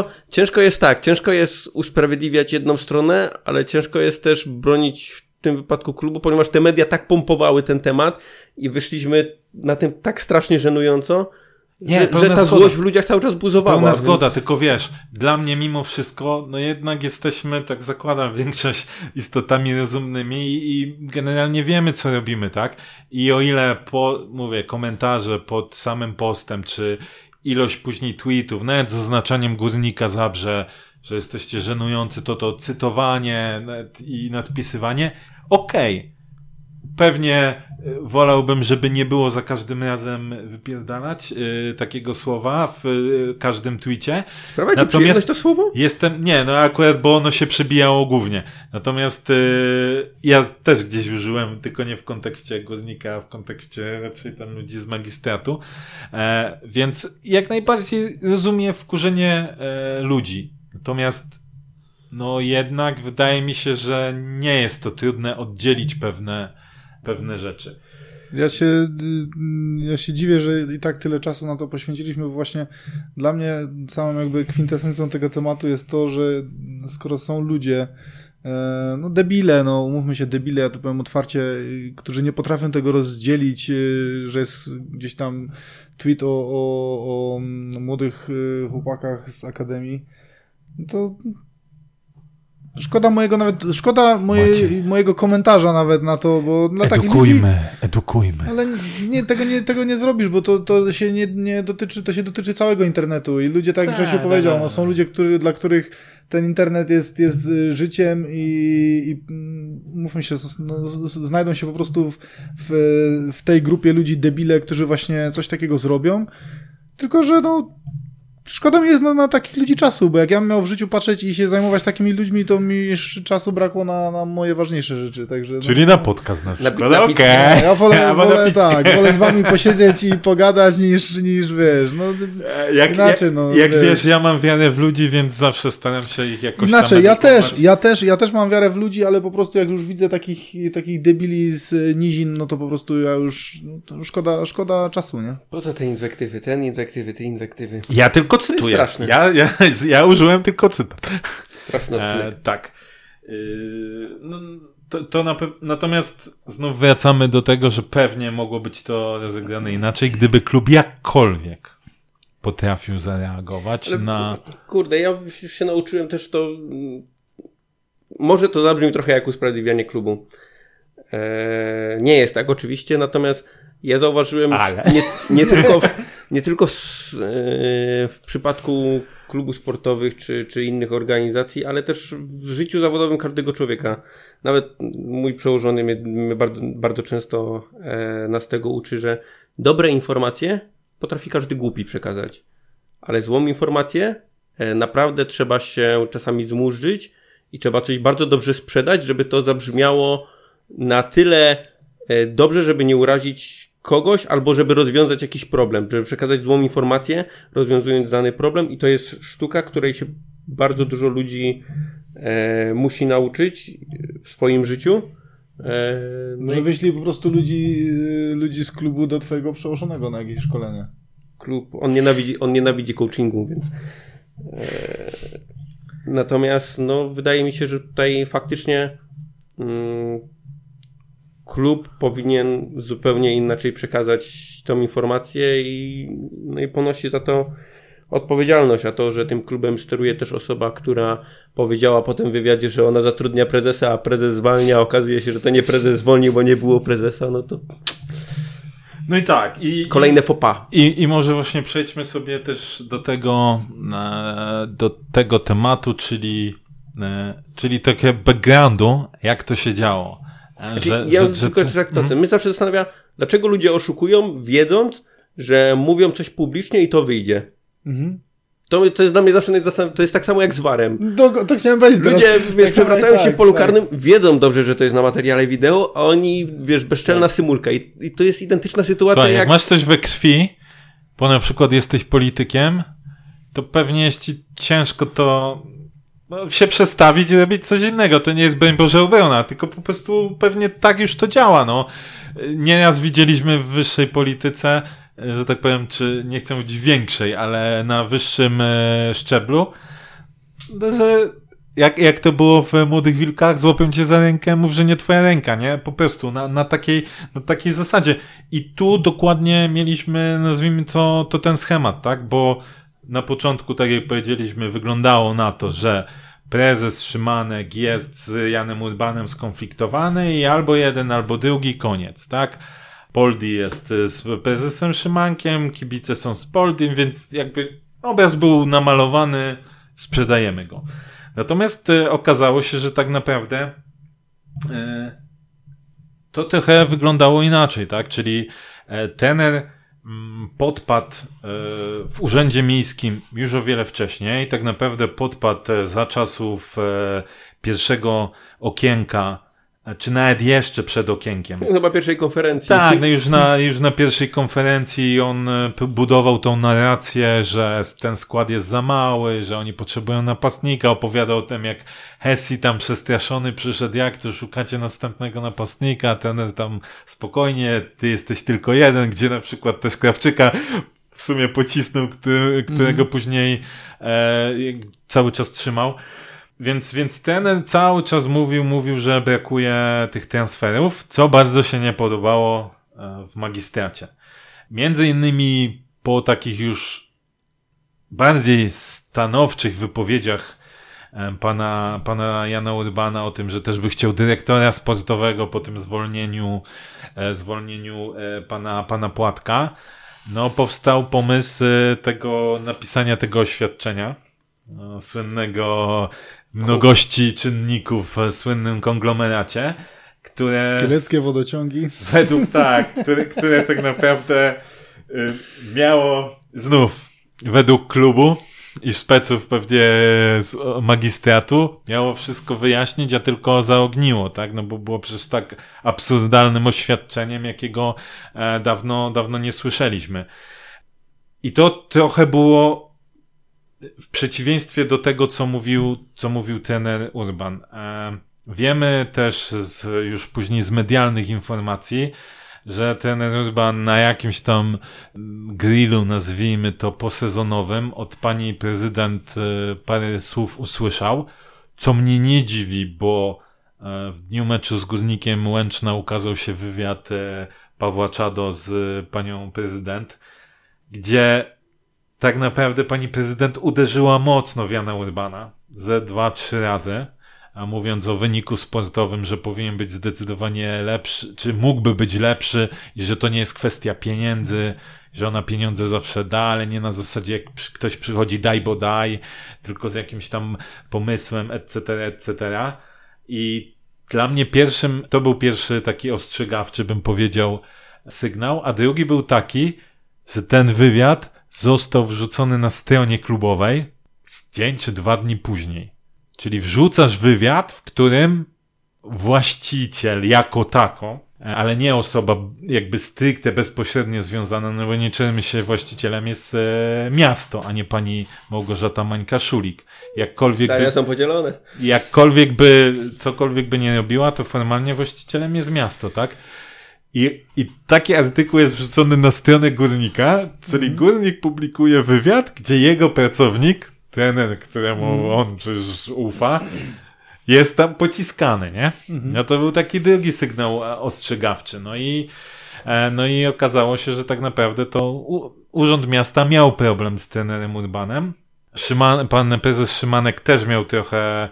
Ciężko jest usprawiedliwiać jedną stronę, ale ciężko jest też bronić w tym wypadku klubu, ponieważ te media tak pompowały ten temat i wyszliśmy na tym tak strasznie żenująco, że ta złość w ludziach cały czas buzowała. Pełna zgoda, tylko wiesz, dla mnie mimo wszystko, no jednak jesteśmy, tak zakładam, większość istotami rozumnymi i generalnie wiemy, co robimy, tak? I o ile komentarze pod samym postem, czy ilość później tweetów, nawet z oznaczaniem Górnika Zabrze, że jesteście żenujący, to cytowanie i nadpisywanie, okej. Pewnie wolałbym, żeby nie było za każdym razem wypierdalać takiego słowa w każdym tweetie. Sprawia ci przyjemność to słowo? Akurat, bo ono się przebijało głównie. Natomiast ja też gdzieś użyłem, tylko nie w kontekście Górnika, a w kontekście raczej tam ludzi z magistratu. Więc jak najbardziej rozumiem wkurzenie ludzi. Natomiast no jednak wydaje mi się, że nie jest to trudne oddzielić pewne rzeczy. Ja się dziwię, że i tak tyle czasu na to poświęciliśmy, bo właśnie dla mnie całą jakby kwintesencją tego tematu jest to, że skoro są ludzie, no debile, no umówmy się, debile, ja to powiem otwarcie, którzy nie potrafią tego rozdzielić, że jest gdzieś tam tweet o młodych chłopakach z akademii, to szkoda mojego komentarza nawet na to, bo dla takich ludzi... Edukujmy. Ale tego nie zrobisz, bo to się nie dotyczy, to się dotyczy całego internetu i ludzie, tak jak Grzesiu powiedział, no są ludzie, dla których ten internet jest życiem i mówmy się, no, znajdą się po prostu w tej grupie ludzi debile, którzy właśnie coś takiego zrobią, tylko że no szkoda mi jest na takich ludzi czasu, bo jak ja bym miał w życiu patrzeć i się zajmować takimi ludźmi, to mi jeszcze czasu brakło na moje ważniejsze rzeczy. Także, czyli na podcast na przykład. Okej. Ja wolę z wami posiedzieć i pogadać niż wiesz, no inaczej, wiesz, ja mam wiarę w ludzi, więc zawsze staram się ich jakoś inaczej, ja też mam wiarę w ludzi, ale po prostu jak już widzę takich debili z nizin, no to po prostu ja już szkoda czasu, nie? Po co te inwektywy, te inwektywy? Ja tylko cytuję. Ja użyłem tylko cytat. Straszny odcinek. Tak. Natomiast znów wracamy do tego, że pewnie mogło być to rozegrane inaczej, gdyby klub jakkolwiek potrafił zareagować na... Kurde, ja już się nauczyłem też to... Może to zabrzmi trochę jak usprawiedliwianie klubu. Nie jest tak oczywiście, natomiast ja zauważyłem nie tylko w przypadku klubów sportowych czy innych organizacji, ale też w życiu zawodowym każdego człowieka. Nawet mój przełożony mnie bardzo, bardzo często nas tego uczy, że dobre informacje potrafi każdy głupi przekazać, ale złą informację naprawdę trzeba się czasami zmurzyć i trzeba coś bardzo dobrze sprzedać, żeby to zabrzmiało na tyle dobrze, żeby nie urazić kogoś, albo żeby rozwiązać jakiś problem, żeby przekazać złą informację, rozwiązując dany problem, i to jest sztuka, której się bardzo dużo ludzi musi nauczyć w swoim życiu. Może wyślij po prostu ludzi z klubu do twojego przełożonego na jakieś szkolenie. Klub, on nienawidzi coachingu, więc natomiast no, wydaje mi się, że tutaj faktycznie klub powinien zupełnie inaczej przekazać tą informację i ponosi za to odpowiedzialność, a to, że tym klubem steruje też osoba, która powiedziała po tym wywiadzie, że ona zatrudnia prezesa, a prezes zwalnia, a okazuje się, że to nie prezes zwolnił, bo nie było prezesa, no to... No i tak. Kolejne faux pas. I może właśnie przejdźmy sobie też do tego tematu, czyli takie backgroundu, jak to się działo. My zawsze zastanawiam, dlaczego ludzie oszukują, wiedząc, że mówią coś publicznie i to wyjdzie. Mhm. To jest dla mnie zawsze to jest tak samo jak z VAR-em. To chciałem wejść ludzie, przewracają się w polu karnym, wiedzą dobrze, że to jest na materiale wideo, a oni, bezczelna symulka. I to jest identyczna sytuacja. Słuchaj, jak masz coś we krwi, bo na przykład jesteś politykiem, to pewnie jest ci ciężko to się przestawić i robić coś innego. To nie jest, broń Boże, obrona, tylko po prostu pewnie tak już to działa. Nieraz widzieliśmy w wyższej polityce, że tak powiem, czy nie chcę mówić większej, ale na wyższym szczeblu, że jak to było w Młodych Wilkach, złapią cię za rękę, mów, że nie twoja ręka, nie? Po prostu na takiej zasadzie. I tu dokładnie mieliśmy, nazwijmy to ten schemat, tak? Bo na początku, tak jak powiedzieliśmy, wyglądało na to, że prezes Szymanek jest z Janem Urbanem skonfliktowany i albo jeden, albo drugi, koniec, tak? Poldi jest z prezesem Szymankiem, kibice są z Poldim, więc jakby obraz był namalowany, sprzedajemy go. Natomiast okazało się, że tak naprawdę to trochę wyglądało inaczej, tak? Czyli trener podpadł w urzędzie miejskim już o wiele wcześniej, tak naprawdę podpadł za czasów pierwszego okienka, czy nawet jeszcze przed okienkiem. Chyba pierwszej konferencji. Tak, już na pierwszej konferencji on budował tą narrację, że ten skład jest za mały, że oni potrzebują napastnika, opowiadał o tym, jak Hessi tam przestraszony przyszedł, jak to szukacie następnego napastnika, ten tam spokojnie, ty jesteś tylko jeden, gdzie na przykład też Krawczyka w sumie pocisnął, którego później cały czas trzymał. Więc trener cały czas mówił, że brakuje tych transferów, co bardzo się nie podobało w magistracie. Między innymi po takich już bardziej stanowczych wypowiedziach pana Jana Urbana o tym, że też by chciał dyrektora sportowego po tym zwolnieniu pana Płatka, powstał pomysł napisania tego oświadczenia, słynnego mnogości czynników w słynnym konglomeracie, które... Kieleckie wodociągi. Które tak naprawdę miało znów według klubu i speców pewnie z magistratu miało wszystko wyjaśnić, a tylko zaogniło, tak? Bo było przecież tak absurdalnym oświadczeniem, jakiego dawno nie słyszeliśmy. I to trochę było w przeciwieństwie do tego, co mówił trener Urban. Wiemy też już później z medialnych informacji, że trener Urban na jakimś tam grillu, nazwijmy to posezonowym, od pani prezydent parę słów usłyszał, co mnie nie dziwi, bo w dniu meczu z Górnikiem Łęczna ukazał się wywiad Pawła Czado z panią prezydent, gdzie tak naprawdę pani prezydent uderzyła mocno w Jana Urbana ze 2-3 razy, a mówiąc o wyniku sportowym, że powinien być zdecydowanie lepszy, czy mógłby być lepszy i że to nie jest kwestia pieniędzy, że ona pieniądze zawsze da, ale nie na zasadzie jak ktoś przychodzi daj, bo daj, tylko z jakimś tam pomysłem, etc. I dla mnie to był pierwszy taki ostrzegawczy, bym powiedział, sygnał, a drugi był taki, że ten wywiad został wrzucony na stronie klubowej z dzień czy 2 dni później. Czyli wrzucasz wywiad, w którym właściciel jako tako, ale nie osoba jakby stricte bezpośrednio związana, no bo nie czujemy się, właścicielem jest miasto, a nie pani Małgorzata Mańka-Szulik. Zdania są podzielone. Cokolwiek by nie robiła, to formalnie właścicielem jest miasto, tak? I taki artykuł jest wrzucony na stronę Górnika, czyli Górnik publikuje wywiad, gdzie jego pracownik, trener, któremu on przecież ufa, jest tam pociskany, nie? No to był taki drugi sygnał ostrzegawczy. No i okazało się, że tak naprawdę to Urząd Miasta miał problem z trenerem Urbanem. Pan prezes Szymanek też miał trochę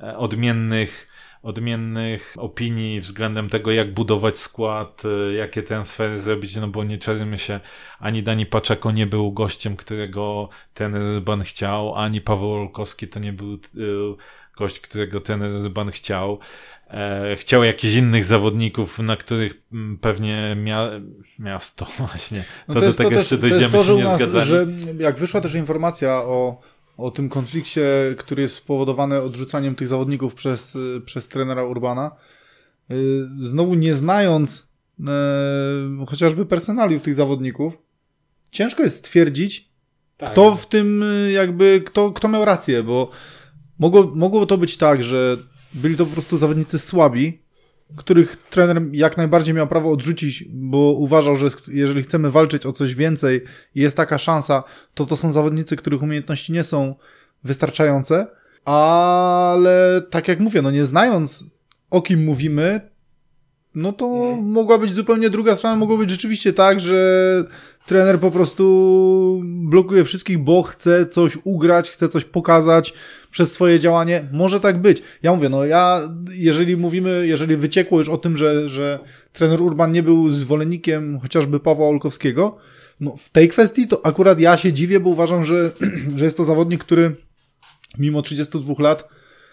odmiennych opinii względem tego, jak budować skład, jakie transfery zrobić, no bo nie czarujmy się, ani Dani Paczeko nie był gościem, którego trener Urban chciał, ani Paweł Olkowski to nie był gość, którego trener Urban chciał. Chciał jakichś innych zawodników, na których pewnie miasto właśnie. No to do tego jeszcze dojdziemy, to, się nie zgadzali. Że jak wyszła też informacja o tym konflikcie, który jest spowodowany odrzucaniem tych zawodników przez trenera Urbana, znowu nie znając chociażby personaliów tych zawodników, ciężko jest stwierdzić, kto w tym kto miał rację, bo mogło to być tak, że byli to po prostu zawodnicy słabi, których trener jak najbardziej miał prawo odrzucić, bo uważał, że jeżeli chcemy walczyć o coś więcej i jest taka szansa, to są zawodnicy, których umiejętności nie są wystarczające, ale tak jak mówię, no nie znając o kim mówimy, no to mogła być zupełnie druga strona, mogło być rzeczywiście tak, że trener po prostu blokuje wszystkich, bo chce coś ugrać, chce coś pokazać przez swoje działanie. Może tak być. Ja mówię, jeżeli wyciekło już o tym, że trener Urban nie był zwolennikiem chociażby Pawła Olkowskiego, no w tej kwestii to akurat ja się dziwię, bo uważam, że jest to zawodnik, który mimo 32 lat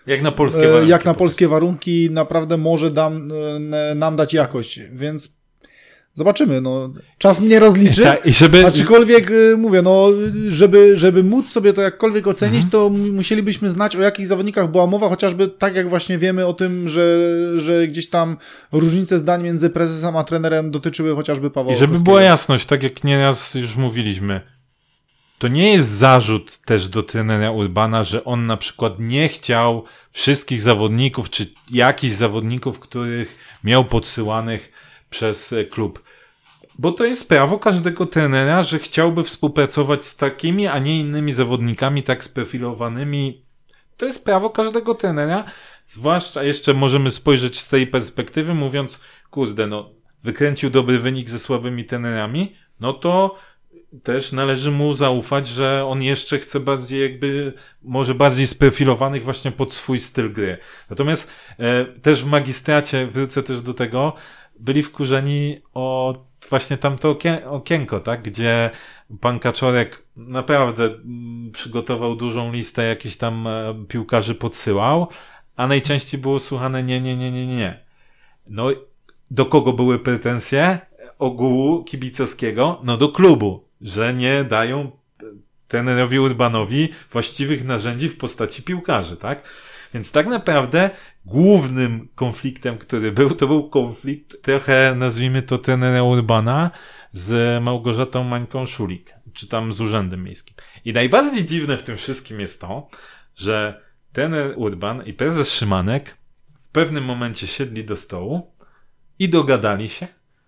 jak na polskie warunki naprawdę może nam dać jakość, więc zobaczymy, no. Czas mnie rozliczy, aczkolwiek mówię, no, żeby móc sobie to jakkolwiek ocenić, to musielibyśmy znać, o jakich zawodnikach była mowa, chociażby tak jak właśnie wiemy o tym, że gdzieś tam różnice zdań między prezesem a trenerem dotyczyły chociażby Pawła Olkowskiego. I żeby była jasność, tak jak nieraz już mówiliśmy, to nie jest zarzut też do trenera Urbana, że on na przykład nie chciał wszystkich zawodników, czy jakichś zawodników, których miał podsyłanych przez klub. Bo to jest prawo każdego trenera, że chciałby współpracować z takimi, a nie innymi zawodnikami tak sprofilowanymi. To jest prawo każdego trenera, zwłaszcza jeszcze możemy spojrzeć z tej perspektywy, mówiąc, kurde, no, wykręcił dobry wynik ze słabymi trenerami, no to też należy mu zaufać, że on jeszcze chce bardziej może bardziej sprofilowanych właśnie pod swój styl gry. Natomiast też w magistracie, wrócę też do tego, byli wkurzeni o właśnie tamto okienko, tak? Gdzie pan Kaczorek naprawdę przygotował dużą listę jakichś tam piłkarzy podsyłał, a najczęściej było słuchane nie. No, do kogo były pretensje ogółu kibicowskiego? No do klubu, że nie dają trenerowi Urbanowi właściwych narzędzi w postaci piłkarzy, tak? Więc tak naprawdę głównym konfliktem, który był, to był konflikt trochę, nazwijmy to, trenera Urbana z Małgorzatą Mańką-Szulik, czy tam z Urzędem Miejskim. I najbardziej dziwne w tym wszystkim jest to, że trener Urban i prezes Szymanek w pewnym momencie siedli do stołu i dogadali się,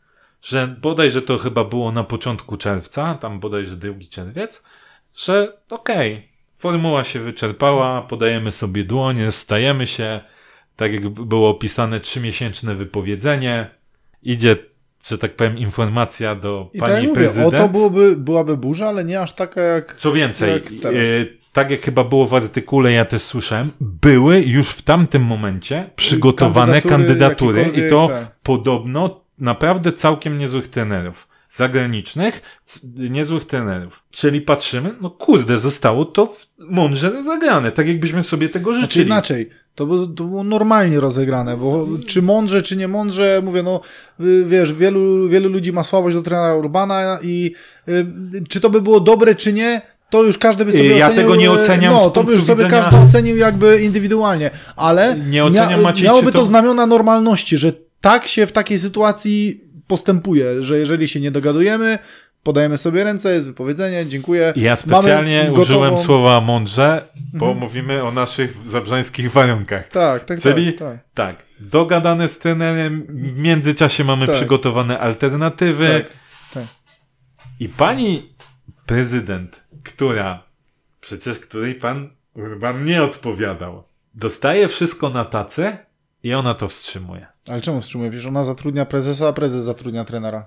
że bodajże to chyba było na początku czerwca, tam bodajże 2 czerwiec, że formuła się wyczerpała, podajemy sobie dłoń, stajemy się, tak jak było opisane, 3-miesięczne wypowiedzenie, idzie, że tak powiem, informacja do pani prezydent. Byłaby burza, ale nie aż taka jak... Co więcej, tak jak chyba było w artykule, ja też słyszałem, były już w tamtym momencie przygotowane kandydatury i to podobno naprawdę całkiem niezłych trenerów. Zagranicznych, niezłych trenerów. Czyli patrzymy, no kurde, zostało to mądrze rozegrane, tak jakbyśmy sobie tego życzyli. Znaczy inaczej, to było normalnie rozegrane, bo czy mądrze, czy nie mądrze, mówię, no wiesz, wielu ludzi ma słabość do trenera Urbana i czy to by było dobre, czy nie, to już każdy by sobie ocenił... Ja tego nie oceniam z to by już sobie każdy ocenił jakby indywidualnie, ale nie oceniam, Maciej, miałoby to znamiona normalności, że tak się w takiej sytuacji postępuje, że jeżeli się nie dogadujemy, podajemy sobie ręce, jest wypowiedzenie, dziękuję. Ja specjalnie użyłem słowa mądrze, bo mówimy o naszych zabrzańskich warunkach. Tak. Czyli tak, dogadane z trenerem, w międzyczasie mamy przygotowane alternatywy. Tak. I pani prezydent, której pan Urban nie odpowiadał, dostaje wszystko na tacę i ona to wstrzymuje. Ale czemu wstrzymuje? Przecież ona zatrudnia prezesa, a prezes zatrudnia trenera.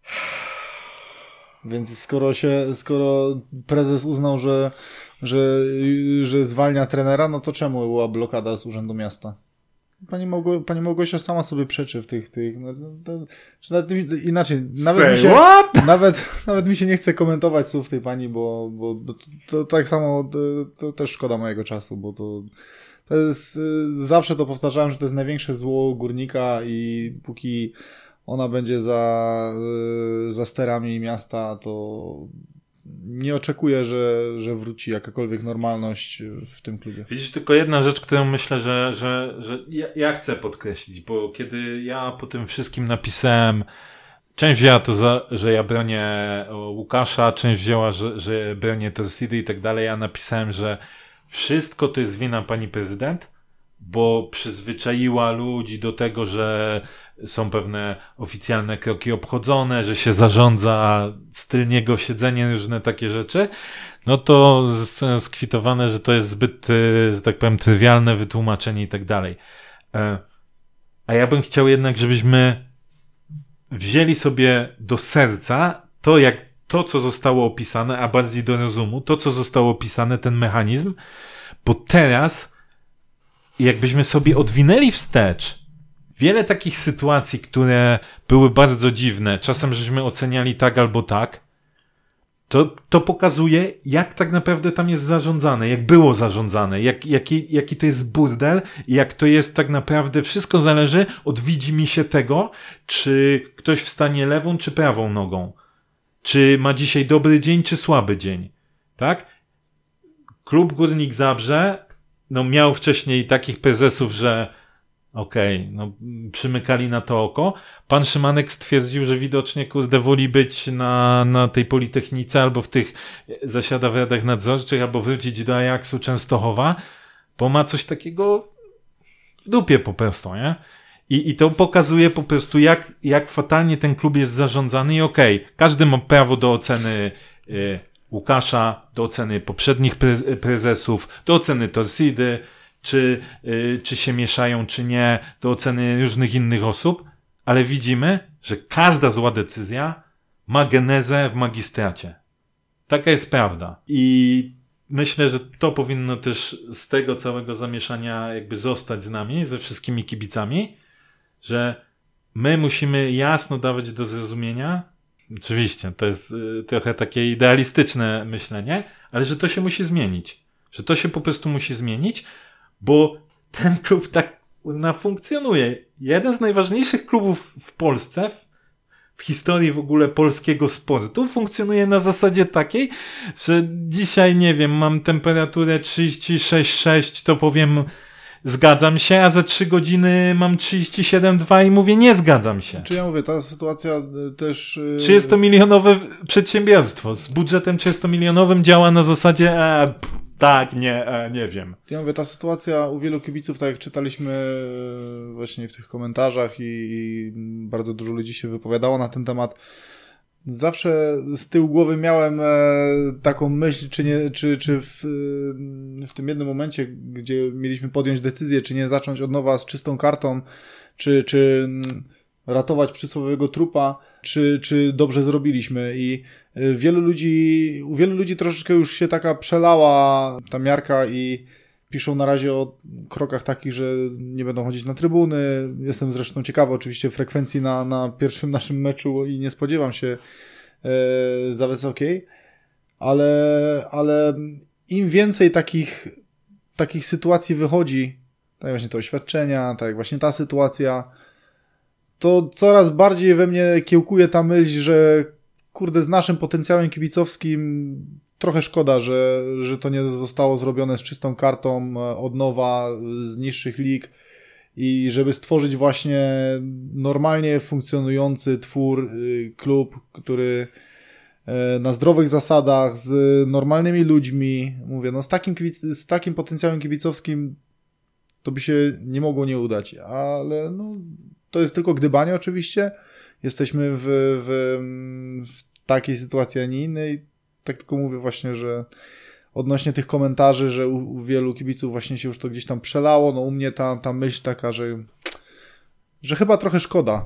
Więc skoro prezes uznał, że zwalnia trenera, no to czemu była blokada z Urzędu Miasta? Pani Małgosia sama sobie przeczy w tych inaczej, nawet mi się nie chce komentować słów tej pani, bo to tak samo, to też szkoda mojego czasu, bo to jest, zawsze to powtarzałem, że to jest największe zło Górnika i póki ona będzie za sterami miasta, to nie oczekuję, że wróci jakakolwiek normalność w tym klubie. Widzisz, tylko jedna rzecz, którą myślę, że ja chcę podkreślić, bo kiedy ja po tym wszystkim napisałem, część wzięła to, że ja bronię Łukasza, część wzięła, że bronię Torcidy i tak dalej, ja napisałem, że wszystko to jest wina pani prezydent, bo przyzwyczaiła ludzi do tego, że są pewne oficjalne kroki obchodzone, że się zarządza z tylniego siedzenia, różne takie rzeczy, no to skwitowane, że to jest zbyt, że tak powiem, trywialne wytłumaczenie i tak dalej. A ja bym chciał jednak, żebyśmy wzięli sobie do serca to, co zostało opisane, a bardziej do rozumu, to, co zostało opisane, ten mechanizm, bo teraz jakbyśmy sobie odwinęli wstecz wiele takich sytuacji, które były bardzo dziwne, czasem żeśmy oceniali tak albo tak, to pokazuje, jak tak naprawdę tam jest zarządzane, jak było zarządzane, jaki to jest burdel i jak to jest tak naprawdę, wszystko zależy od widzimisię tego, czy ktoś wstanie lewą czy prawą nogą, czy ma dzisiaj dobry dzień czy słaby dzień, tak? Klub Górnik Zabrze miał wcześniej takich prezesów, że przymykali na to oko. Pan Szymanek stwierdził, że widocznie woli być na tej Politechnice albo zasiada w radach nadzorczych, albo wrócić do Ajaxu Częstochowa, bo ma coś takiego w dupie po prostu, nie? I to pokazuje po prostu, jak fatalnie ten klub jest zarządzany i każdy ma prawo do oceny Łukasza, do oceny poprzednich prezesów, do oceny Torcidy, czy się mieszają, czy nie, do oceny różnych innych osób, ale widzimy, że każda zła decyzja ma genezę w magistracie. Taka jest prawda. I myślę, że to powinno też z tego całego zamieszania jakby zostać z nami, ze wszystkimi kibicami, że my musimy jasno dawać do zrozumienia, oczywiście, to jest trochę takie idealistyczne myślenie, ale że to się musi zmienić. Że to się po prostu musi zmienić, bo ten klub tak funkcjonuje. Jeden z najważniejszych klubów w Polsce, w historii w ogóle polskiego sportu, funkcjonuje na zasadzie takiej, że dzisiaj, nie wiem, mam temperaturę 36,6, to powiem zgadzam się, a za 3 godziny mam 37,2 i mówię nie zgadzam się. Czy ja mówię, ta sytuacja też... 30-milionowe przedsiębiorstwo z budżetem 30-milionowym działa na zasadzie nie wiem. Ja mówię, ta sytuacja u wielu kibiców, tak jak czytaliśmy właśnie w tych komentarzach i bardzo dużo ludzi się wypowiadało na ten temat, zawsze z tyłu głowy miałem taką myśl, czy w tym jednym momencie, gdzie mieliśmy podjąć decyzję, czy nie zacząć od nowa z czystą kartą, czy ratować przysłowiowego trupa, czy dobrze zrobiliśmy. I u wielu ludzi troszeczkę już się taka przelała ta miarka i piszą na razie o krokach takich, że nie będą chodzić na trybuny. Jestem zresztą ciekawy oczywiście frekwencji na pierwszym naszym meczu i nie spodziewam się za wysokiej, ale im więcej takich sytuacji wychodzi, tak jak właśnie te oświadczenia, tak jak właśnie ta sytuacja, to coraz bardziej we mnie kiełkuje ta myśl, że kurde, z naszym potencjałem kibicowskim trochę szkoda, że to nie zostało zrobione z czystą kartą od nowa, z niższych lig i żeby stworzyć właśnie normalnie funkcjonujący twór, klub, który na zdrowych zasadach, z normalnymi ludźmi, mówię, no z takim potencjałem kibicowskim to by się nie mogło nie udać, ale no, to jest tylko gdybanie oczywiście. Jesteśmy w takiej sytuacji, a nie innej. Tak tylko mówię właśnie, że odnośnie tych komentarzy, że u wielu kibiców właśnie się już to gdzieś tam przelało, no u mnie ta myśl taka, że chyba trochę szkoda.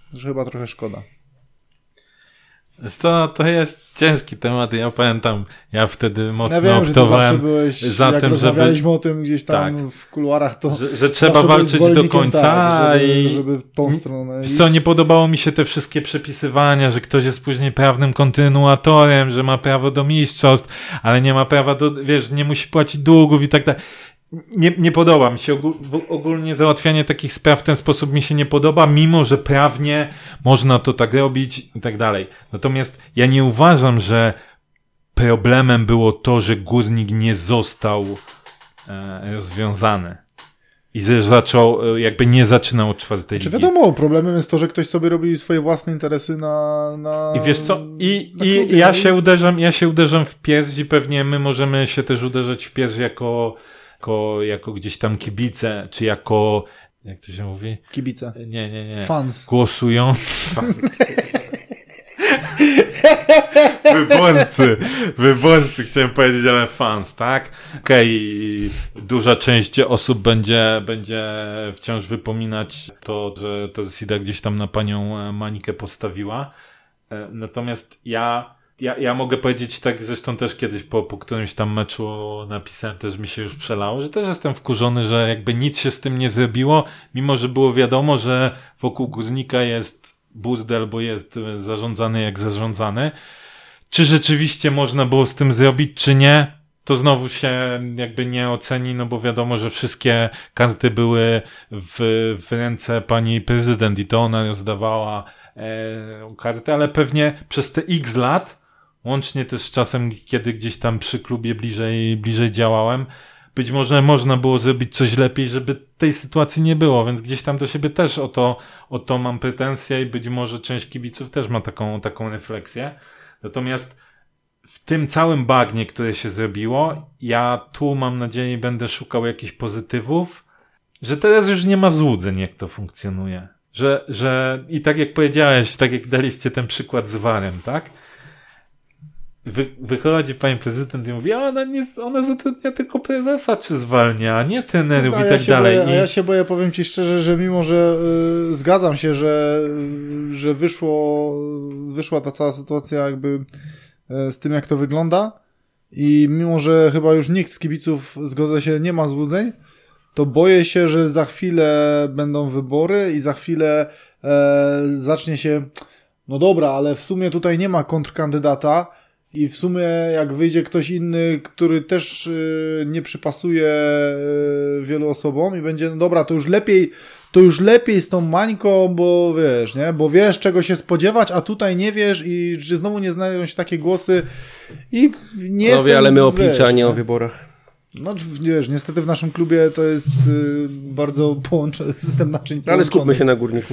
Co, to jest ciężki temat. Ja pamiętam, ja wtedy mocno ja wiem, optowałem że ty byłeś, za jak tym, rozmawialiśmy o tym gdzieś tam w kuluarach, to że trzeba walczyć do końca, tak, żeby w tą stronę iść. Co, nie podobało mi się te wszystkie przepisywania, że ktoś jest później prawnym kontynuatorem, że ma prawo do mistrzostw, ale nie ma prawa do, nie musi płacić długów i tak dalej. Nie podoba mi się ogólnie załatwianie takich spraw w ten sposób mi się nie podoba, mimo że prawnie można to tak robić i tak dalej. Natomiast ja nie uważam, że problemem było to, że Górnik nie został rozwiązany i że nie zaczynał od 4. ligi. Wiadomo, problemem jest to, że ktoś sobie robi swoje własne interesy na I wiesz co? I ja się uderzam w pierś i pewnie my możemy się też uderzać w pierś jako gdzieś tam kibice, czy jako, jak to się mówi? Kibice. Nie. Fans. Głosując. Wyborcy, chciałem powiedzieć, ale fans, tak? Okej, duża część osób będzie wciąż wypominać to, że to Sida gdzieś tam na panią Manikę postawiła. Natomiast ja mogę powiedzieć tak, zresztą też kiedyś po którymś tam meczu napisałem, też mi się już przelało, że też jestem wkurzony, że jakby nic się z tym nie zrobiło, mimo że było wiadomo, że wokół Górnika jest burdel, bo jest zarządzany jak zarządzany. Czy rzeczywiście można było z tym zrobić, czy nie? To znowu się jakby nie oceni, no bo wiadomo, że wszystkie karty były w ręce pani prezydent i to ona rozdawała karty, ale pewnie przez te x lat, łącznie też z czasem, kiedy gdzieś tam przy klubie bliżej działałem, być może można było zrobić coś lepiej, żeby tej sytuacji nie było, więc gdzieś tam do siebie też o to mam pretensje i być może część kibiców też ma taką refleksję. Natomiast w tym całym bagnie, które się zrobiło, ja tu mam nadzieję będę szukał jakichś pozytywów, że teraz już nie ma złudzeń, jak to funkcjonuje. Że i tak jak powiedziałeś, tak jak daliście ten przykład z VAR-em, tak? Wychodzi pani prezydent i mówi, ona zatrudnia tylko prezesa, czy zwalnia, a nie trenerów i tak dalej. A ja się boję, powiem ci szczerze, że mimo, że zgadzam się, że wyszła ta cała sytuacja jakby z tym, jak to wygląda i mimo, że chyba już nikt z kibiców, zgodzę się, nie ma złudzeń, to boję się, że za chwilę będą wybory i za chwilę zacznie się, no dobra, ale w sumie tutaj nie ma kontrkandydata i w sumie jak wyjdzie ktoś inny, który też nie przypasuje wielu osobom i będzie, no dobra, to już lepiej z tą Mańką, bo wiesz, nie? Bo wiesz, czego się spodziewać, a tutaj nie wiesz i czy znowu nie znajdą się takie głosy i nie jest. Ale my o piłce, a nie o wyborach. No wiesz, niestety w naszym klubie to jest bardzo połączony system naczyń połączony. Ale skupmy się na Górniku.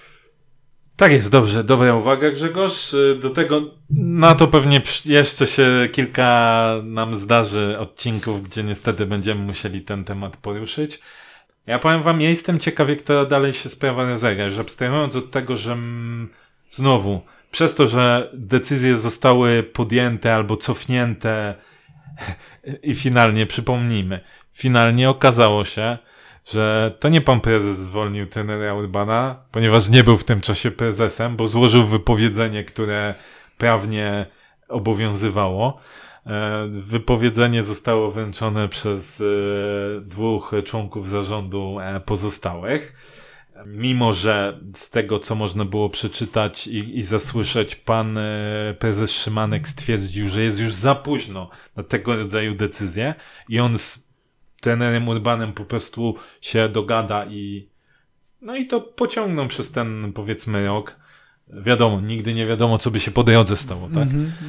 Tak jest, dobrze, dobra uwaga, Grzegorz. Do tego, na to pewnie jeszcze się kilka nam zdarzy odcinków, gdzie niestety będziemy musieli ten temat poruszyć. Ja powiem wam, ja jestem ciekaw, jak to dalej się sprawa rozegra, już abstrahując od tego, że znowu, przez to, że decyzje zostały podjęte albo cofnięte i finalnie okazało się, że to nie pan prezes zwolnił trenera Urbana, ponieważ nie był w tym czasie prezesem, bo złożył wypowiedzenie, które prawnie obowiązywało. Wypowiedzenie zostało wręczone przez 2 członków zarządu pozostałych. Mimo że z tego, co można było przeczytać i zasłyszeć, pan prezes Szymanek stwierdził, że jest już za późno na tego rodzaju decyzje i on z trenerem Urbanem po prostu się dogada i to pociągną przez ten, powiedzmy, rok. wiadomo, nigdy nie wiadomo, co by się po drodze stało, tak?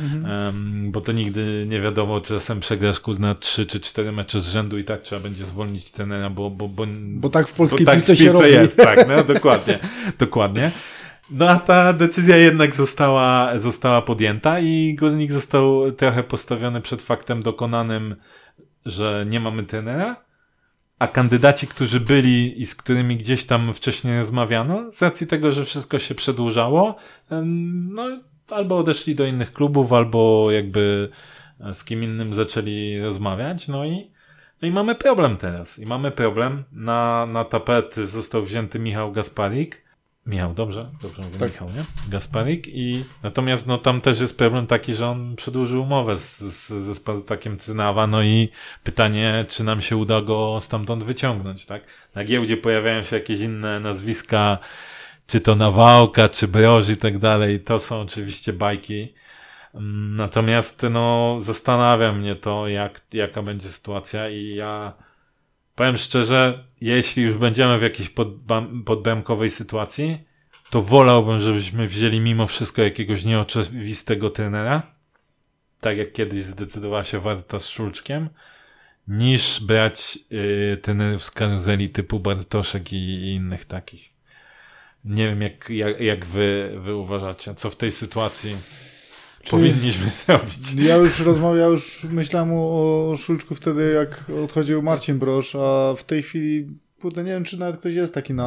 Bo to nigdy nie wiadomo, czasem przegrasz na 3 czy 4 mecze z rzędu i tak trzeba będzie zwolnić trenera, bo tak w polskiej piłce się robi. Jest, tak, no, dokładnie. No a ta decyzja jednak została podjęta i Górnik został trochę postawiony przed faktem dokonanym, że nie mamy trenera, a kandydaci, którzy byli i z którymi gdzieś tam wcześniej rozmawiano, z racji tego, że wszystko się przedłużało, no albo odeszli do innych klubów, albo jakby z kim innym zaczęli rozmawiać, no i mamy problem teraz. I mamy problem. Na tapet został wzięty Michał Gasparik. Michał, dobrze mówię, tak. Michał, nie? Gasparik i natomiast no tam też jest problem taki, że on przedłużył umowę ze Spartakiem Trnawa, no i pytanie, czy nam się uda go stamtąd wyciągnąć, tak? Na giełdzie pojawiają się jakieś inne nazwiska, czy to Nawałka, czy Broż i tak dalej, to są oczywiście bajki. Natomiast no zastanawia mnie to, jaka będzie sytuacja i ja powiem szczerze, jeśli już będziemy w jakiejś podbramkowej sytuacji, to wolałbym, żebyśmy wzięli mimo wszystko jakiegoś nieoczywistego trenera, tak jak kiedyś zdecydowała się Warta z Szulczkiem, niż brać trenerów z karuzeli typu Bartoszek i innych takich. Nie wiem, jak wy uważacie, co w tej sytuacji powinniśmy zrobić. Ja już myślałem o Szulczku wtedy, jak odchodził Marcin Broż, a w tej chwili, nie wiem, czy nawet ktoś jest taki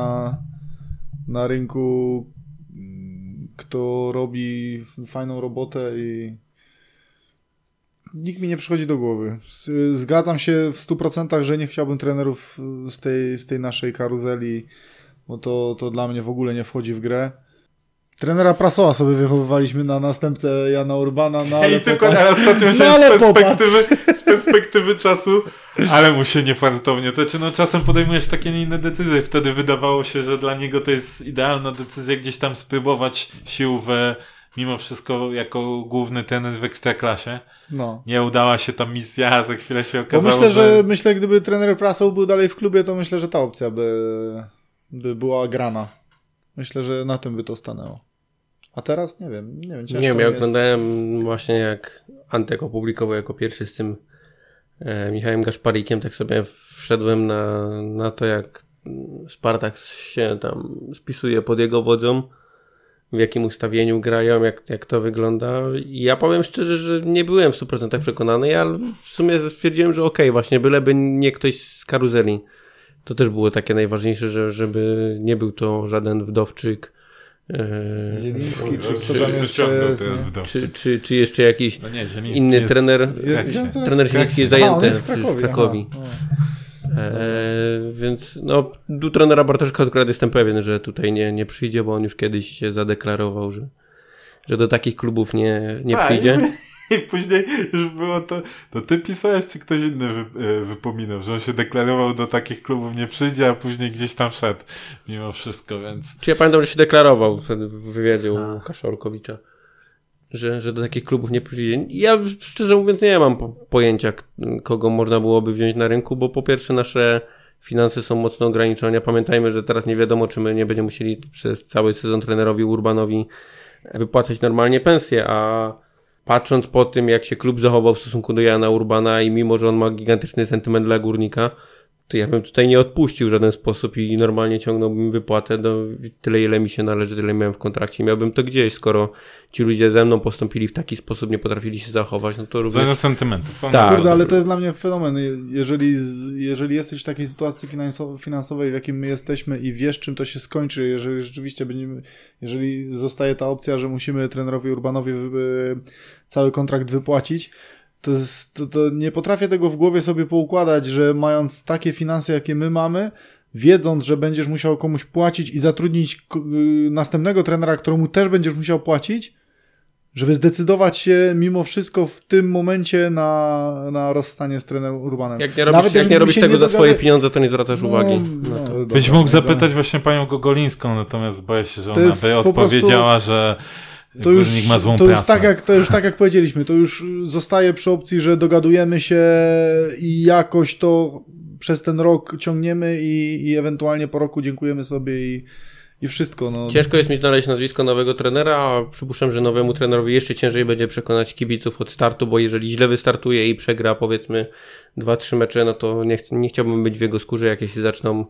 na rynku, kto robi fajną robotę i nikt mi nie przychodzi do głowy. Zgadzam się w 100%, że nie chciałbym trenerów z tej naszej karuzeli, bo to dla mnie w ogóle nie wchodzi w grę. Trenera Prasoła sobie wychowywaliśmy na następcę Jana Urbana, no ale ostatnio z perspektywy czasu, ale mu się niefartownie toczy. No czasem podejmujesz takie nie inne decyzje. Wtedy wydawało się, że dla niego to jest idealna decyzja gdzieś tam spróbować sił mimo wszystko jako główny trener w Ekstraklasie. No. Nie udała się ta misja, a za chwilę się okazało, myślę, gdyby trener Prasoł był dalej w klubie, to myślę, że ta opcja by była grana. Myślę, że na tym by to stanęło. A teraz nie wiem. Nie wiem, ja oglądałem właśnie jak Antek opublikował jako pierwszy z tym Michałem Gaszparikiem, tak sobie wszedłem na to, jak Spartak się tam spisuje pod jego wodzą, w jakim ustawieniu grają, jak to wygląda. I ja powiem szczerze, że nie byłem w 100% przekonany, ale w sumie stwierdziłem, że okej, właśnie byleby nie ktoś z karuzeli. To też było takie najważniejsze, żeby nie był to żaden Wdowczyk, Zieliński, czy jeszcze jakiś inny trener. Trener Zieliński jest zajęty w Krakowi. Więc no, do trenera Bartoszka akurat jestem pewien, że tutaj nie przyjdzie, bo on już kiedyś się zadeklarował, że do takich klubów nie przyjdzie. I później już było to ty pisałeś, czy ktoś inny wypominał, że on się deklarował, do takich klubów nie przyjdzie, a później gdzieś tam szedł mimo wszystko, więc... Czy ja pamiętam, że się deklarował w wywiadzie u Łukasza Orkowicza, że do takich klubów nie przyjdzie. Ja szczerze mówiąc nie mam pojęcia, kogo można byłoby wziąć na rynku, bo po pierwsze nasze finanse są mocno ograniczone. Pamiętajmy, że teraz nie wiadomo, czy my nie będziemy musieli przez cały sezon trenerowi Urbanowi wypłacać normalnie pensję, a patrząc po tym, jak się klub zachował w stosunku do Jana Urbana i mimo, że on ma gigantyczny sentyment dla Górnika, to ja bym tutaj nie odpuścił w żaden sposób i normalnie ciągnąłbym wypłatę do tyle, ile mi się należy, tyle miałem w kontrakcie. Miałbym to gdzieś, skoro ci ludzie ze mną postąpili w taki sposób, nie potrafili się zachować, no to również... Zero sentymentów. Tak. Kurde, ale to jest dla mnie fenomen. Jeżeli jesteś w takiej sytuacji finansowej, w jakim my jesteśmy i wiesz, czym to się skończy, jeżeli rzeczywiście jeżeli zostaje ta opcja, że musimy trenerowi Urbanowi cały kontrakt wypłacić, to nie potrafię tego w głowie sobie poukładać, że mając takie finanse, jakie my mamy, wiedząc, że będziesz musiał komuś płacić i zatrudnić następnego trenera, któremu też będziesz musiał płacić, żeby zdecydować się mimo wszystko w tym momencie na rozstanie z trenerem Urbanem. Jak nie robisz tego za swoje pieniądze, to nie zwracasz uwagi. Byś mógł zapytać właśnie panią Gogolińską, natomiast boję się, że ona by odpowiedziała, że to już tak jak powiedzieliśmy, to już zostaje przy opcji, że dogadujemy się i jakoś to przez ten rok ciągniemy i ewentualnie po roku dziękujemy sobie i i wszystko. No. Ciężko jest mi znaleźć nazwisko nowego trenera, a przypuszczam, że nowemu trenerowi jeszcze ciężej będzie przekonać kibiców od startu, bo jeżeli źle wystartuje i przegra powiedzmy 2-3 mecze, no to nie chciałbym być w jego skórze, jak się zaczną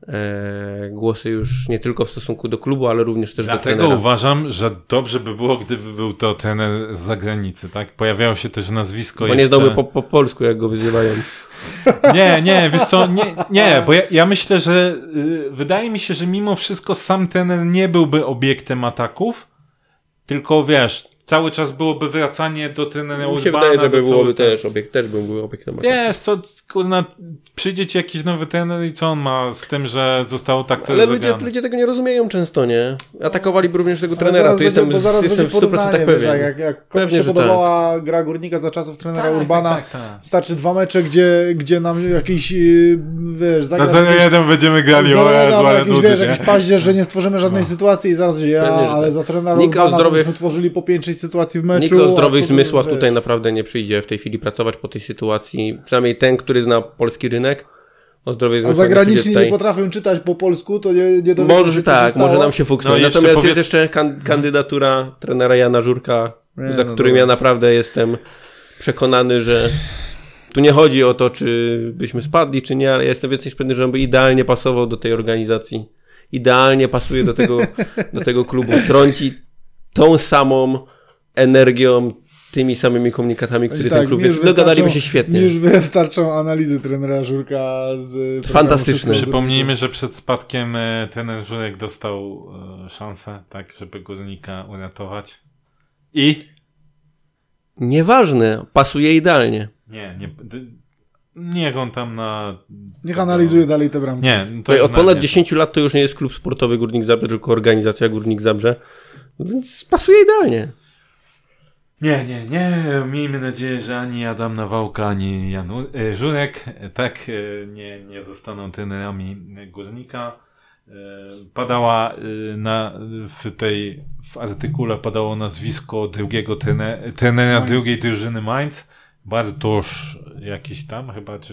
głosy już nie tylko w stosunku do klubu, ale również też do trenera. Dlatego uważam, że dobrze by było, gdyby był to trener z zagranicy, tak? Pojawiało się też nazwisko bo nie zdałby po polsku, jak go wyzywają. Nie, wiesz co, nie, bo ja myślę, że wydaje mi się, że mimo wszystko sam trener nie byłby obiektem ataków, tylko wiesz, cały czas byłoby wracanie do trenera Urbana. Mi się wydaje, że byłoby też byłby obiektem ataków. Wiesz co, kurna, przyjdzie ci jakiś nowy trener i co on ma z tym, że zostało tak to ale zagrane? ludzie tego nie rozumieją często, nie? Atakowaliby również tego trenera, to jestem w 100% pewien. Jak komuś się podobała gra Górnika za czasów trenera Urbana, tak. Starczy 2 mecze, gdzie nam jakiś, wiesz, na 0-1 będziemy grali jakiś paździerz, że nie stworzymy żadnej sytuacji i zaraz ale za trenera Urbana myśmy tworzyli po 5-6 sytuacji w meczu. Nikt o zdrowych zmysłach tutaj naprawdę nie przyjdzie w tej chwili pracować po tej sytuacji. Przynajmniej ten, który zna polski rynek. O zdrowych zmysłach. A zagraniczni nie potrafią czytać po polsku, to nie dowiedzą. Może tak, może nam się fuknąć. No natomiast jest jeszcze kandydatura trenera Jana Żurka, za którym ja naprawdę jestem przekonany, że tu nie chodzi o to, czy byśmy spadli, czy nie, ale ja jestem więcej pewny, że on by idealnie pasował do tej organizacji. Idealnie pasuje do tego klubu. Trąci tą samą energią, tymi samymi komunikatami, które ten klub jest. Dogadaliby się świetnie. Mi już wystarczą analizy trenera Żurka z... Fantastyczne. Przypomnijmy, że przed spadkiem trener Żurek dostał szansę, tak, żeby Górnika uratować. I? Nieważne, pasuje idealnie. Niech on tam Niech analizuje dalej te bramki. Od ponad 10 lat to już nie jest klub sportowy Górnik Zabrze, tylko organizacja Górnik Zabrze. Więc pasuje idealnie. Nie. Miejmy nadzieję, że ani Adam Nawałka, ani Jan Żurek nie zostaną trenerami Górnika. Padała w artykule padało nazwisko drugiego trenera drugiej drużyny Mainz. Bartosz jakiś tam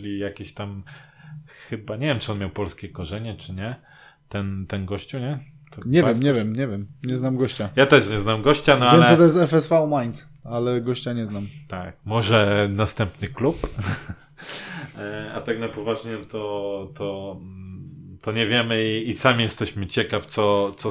chyba nie wiem, czy on miał polskie korzenie, czy nie. Ten gościu, nie? Nie wiem. Nie znam gościa. Ja też nie znam gościa, Wiem, co to jest FSV Mainz, ale gościa nie znam. Tak, może następny klub. A tak na poważnie to nie wiemy i sami jesteśmy ciekaw, co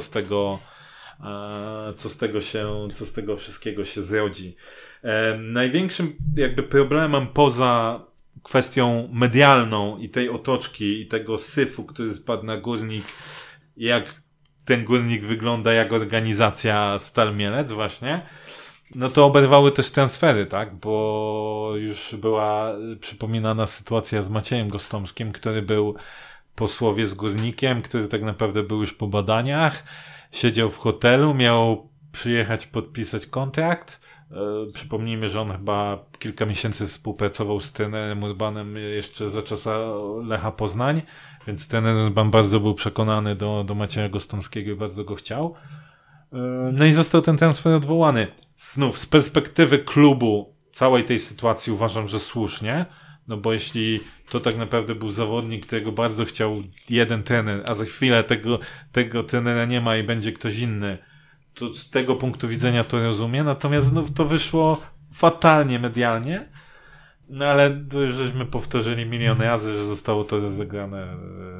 z tego wszystkiego się zrodzi. Największym jakby problemem poza kwestią medialną i tej otoczki i tego syfu, który spadł na Górnik, jak ten Górnik wygląda, jak organizacja Stal Mielec właśnie, no to oberwały też transfery, tak? Bo już była przypominana sytuacja z Maciejem Gostomskim, który był po słowie z Górnikiem, który tak naprawdę był już po badaniach, siedział w hotelu, miał przyjechać podpisać kontrakt. Przypomnijmy, że on chyba kilka miesięcy współpracował z trenerem Urbanem jeszcze za czasów Lecha Poznań, więc trener Urban bardzo był przekonany do Macieja Gostomskiego i bardzo go chciał. No i został ten transfer odwołany. Znów z perspektywy klubu całej tej sytuacji uważam, że słusznie, no bo jeśli to tak naprawdę był zawodnik, którego bardzo chciał jeden trener, a za chwilę tego trenera nie ma i będzie ktoś inny, to z tego punktu widzenia to rozumiem, natomiast znów to wyszło fatalnie medialnie, no ale to już żeśmy powtórzyli milion razy, że zostało to rozegrane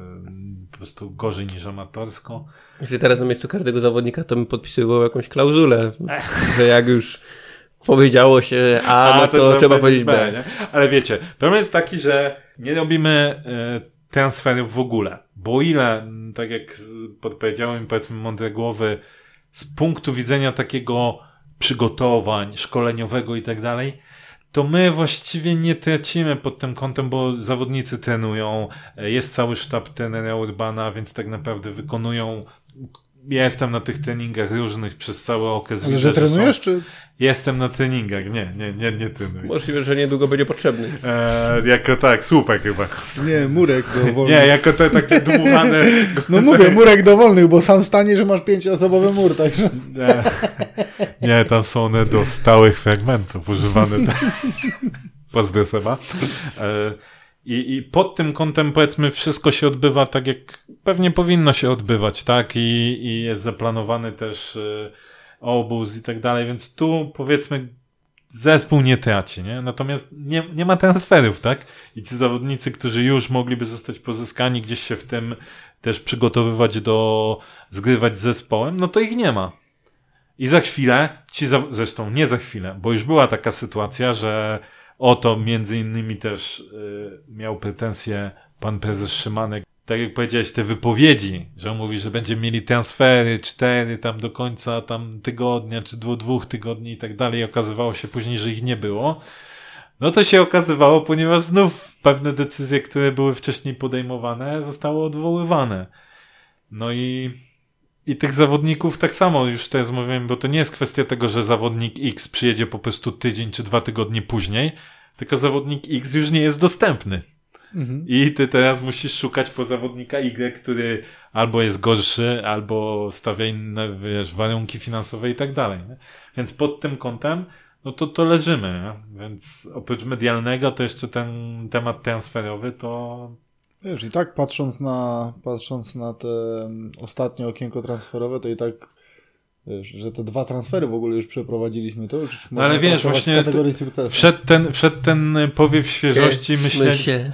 po prostu gorzej niż amatorsko. Jeśli teraz na miejscu każdego zawodnika to bym podpisywał jakąś klauzulę, że jak już powiedziało się A, no to trzeba powiedzieć B. Nie? Ale wiecie, problem jest taki, że nie robimy transferów w ogóle, bo o ile, tak jak podpowiedziałem, powiedzmy mądre głowy, z punktu widzenia takiego przygotowań szkoleniowego i tak dalej, to my właściwie nie tracimy pod tym kątem, bo zawodnicy trenują, jest cały sztab trenera Urbana, więc tak naprawdę wykonują. Ja jestem na tych treningach różnych przez cały okres. Ale widzę, że trenujesz, czy? Jestem na treningach, nie trenuję. Możliwe, że niedługo będzie potrzebny. Jako słupek chyba. Nie, murek dowolny. Nie, jako te takie dmuchane. No mówię, murek dowolnych, bo sam stanie, że masz 5-osobowy mur, także. Nie, tam są one do stałych fragmentów używane. Pozdro Seba. I pod tym kątem, powiedzmy, wszystko się odbywa tak, jak pewnie powinno się odbywać, tak? I jest zaplanowany też obóz i tak dalej, więc tu, powiedzmy, zespół nie traci, nie? Natomiast nie ma transferów, tak? I ci zawodnicy, którzy już mogliby zostać pozyskani, gdzieś się w tym też przygotowywać zgrywać z zespołem, no to ich nie ma. I za chwilę, zresztą nie za chwilę, bo już była taka sytuacja, że o to między innymi też miał pretensje pan prezes Szymanek. Tak jak powiedziałeś, te wypowiedzi, że on mówi, że będziemy mieli transfery 4 tam do końca tam tygodnia, czy 2 tygodni i tak dalej. I okazywało się później, że ich nie było. No to się okazywało, ponieważ znów pewne decyzje, które były wcześniej podejmowane, zostały odwoływane. No i tych zawodników tak samo już teraz mówiłem, bo to nie jest kwestia tego, że zawodnik X przyjedzie po prostu tydzień czy 2 tygodnie później, tylko zawodnik X już nie jest dostępny. I ty teraz musisz szukać po zawodnika Y, który albo jest gorszy, albo stawia inne, warunki finansowe i tak dalej. Nie? Więc pod tym kątem, no to leżymy. Nie? Więc oprócz medialnego, to jeszcze ten temat transferowy, to... Wiesz, i tak patrząc na te ostatnie okienko transferowe, to i tak, wiesz, że te 2 transfery w ogóle już przeprowadziliśmy, to już no ale wiesz, właśnie w kategorii sukcesu. Wszedł ten powiew świeżości, myśleliśmy...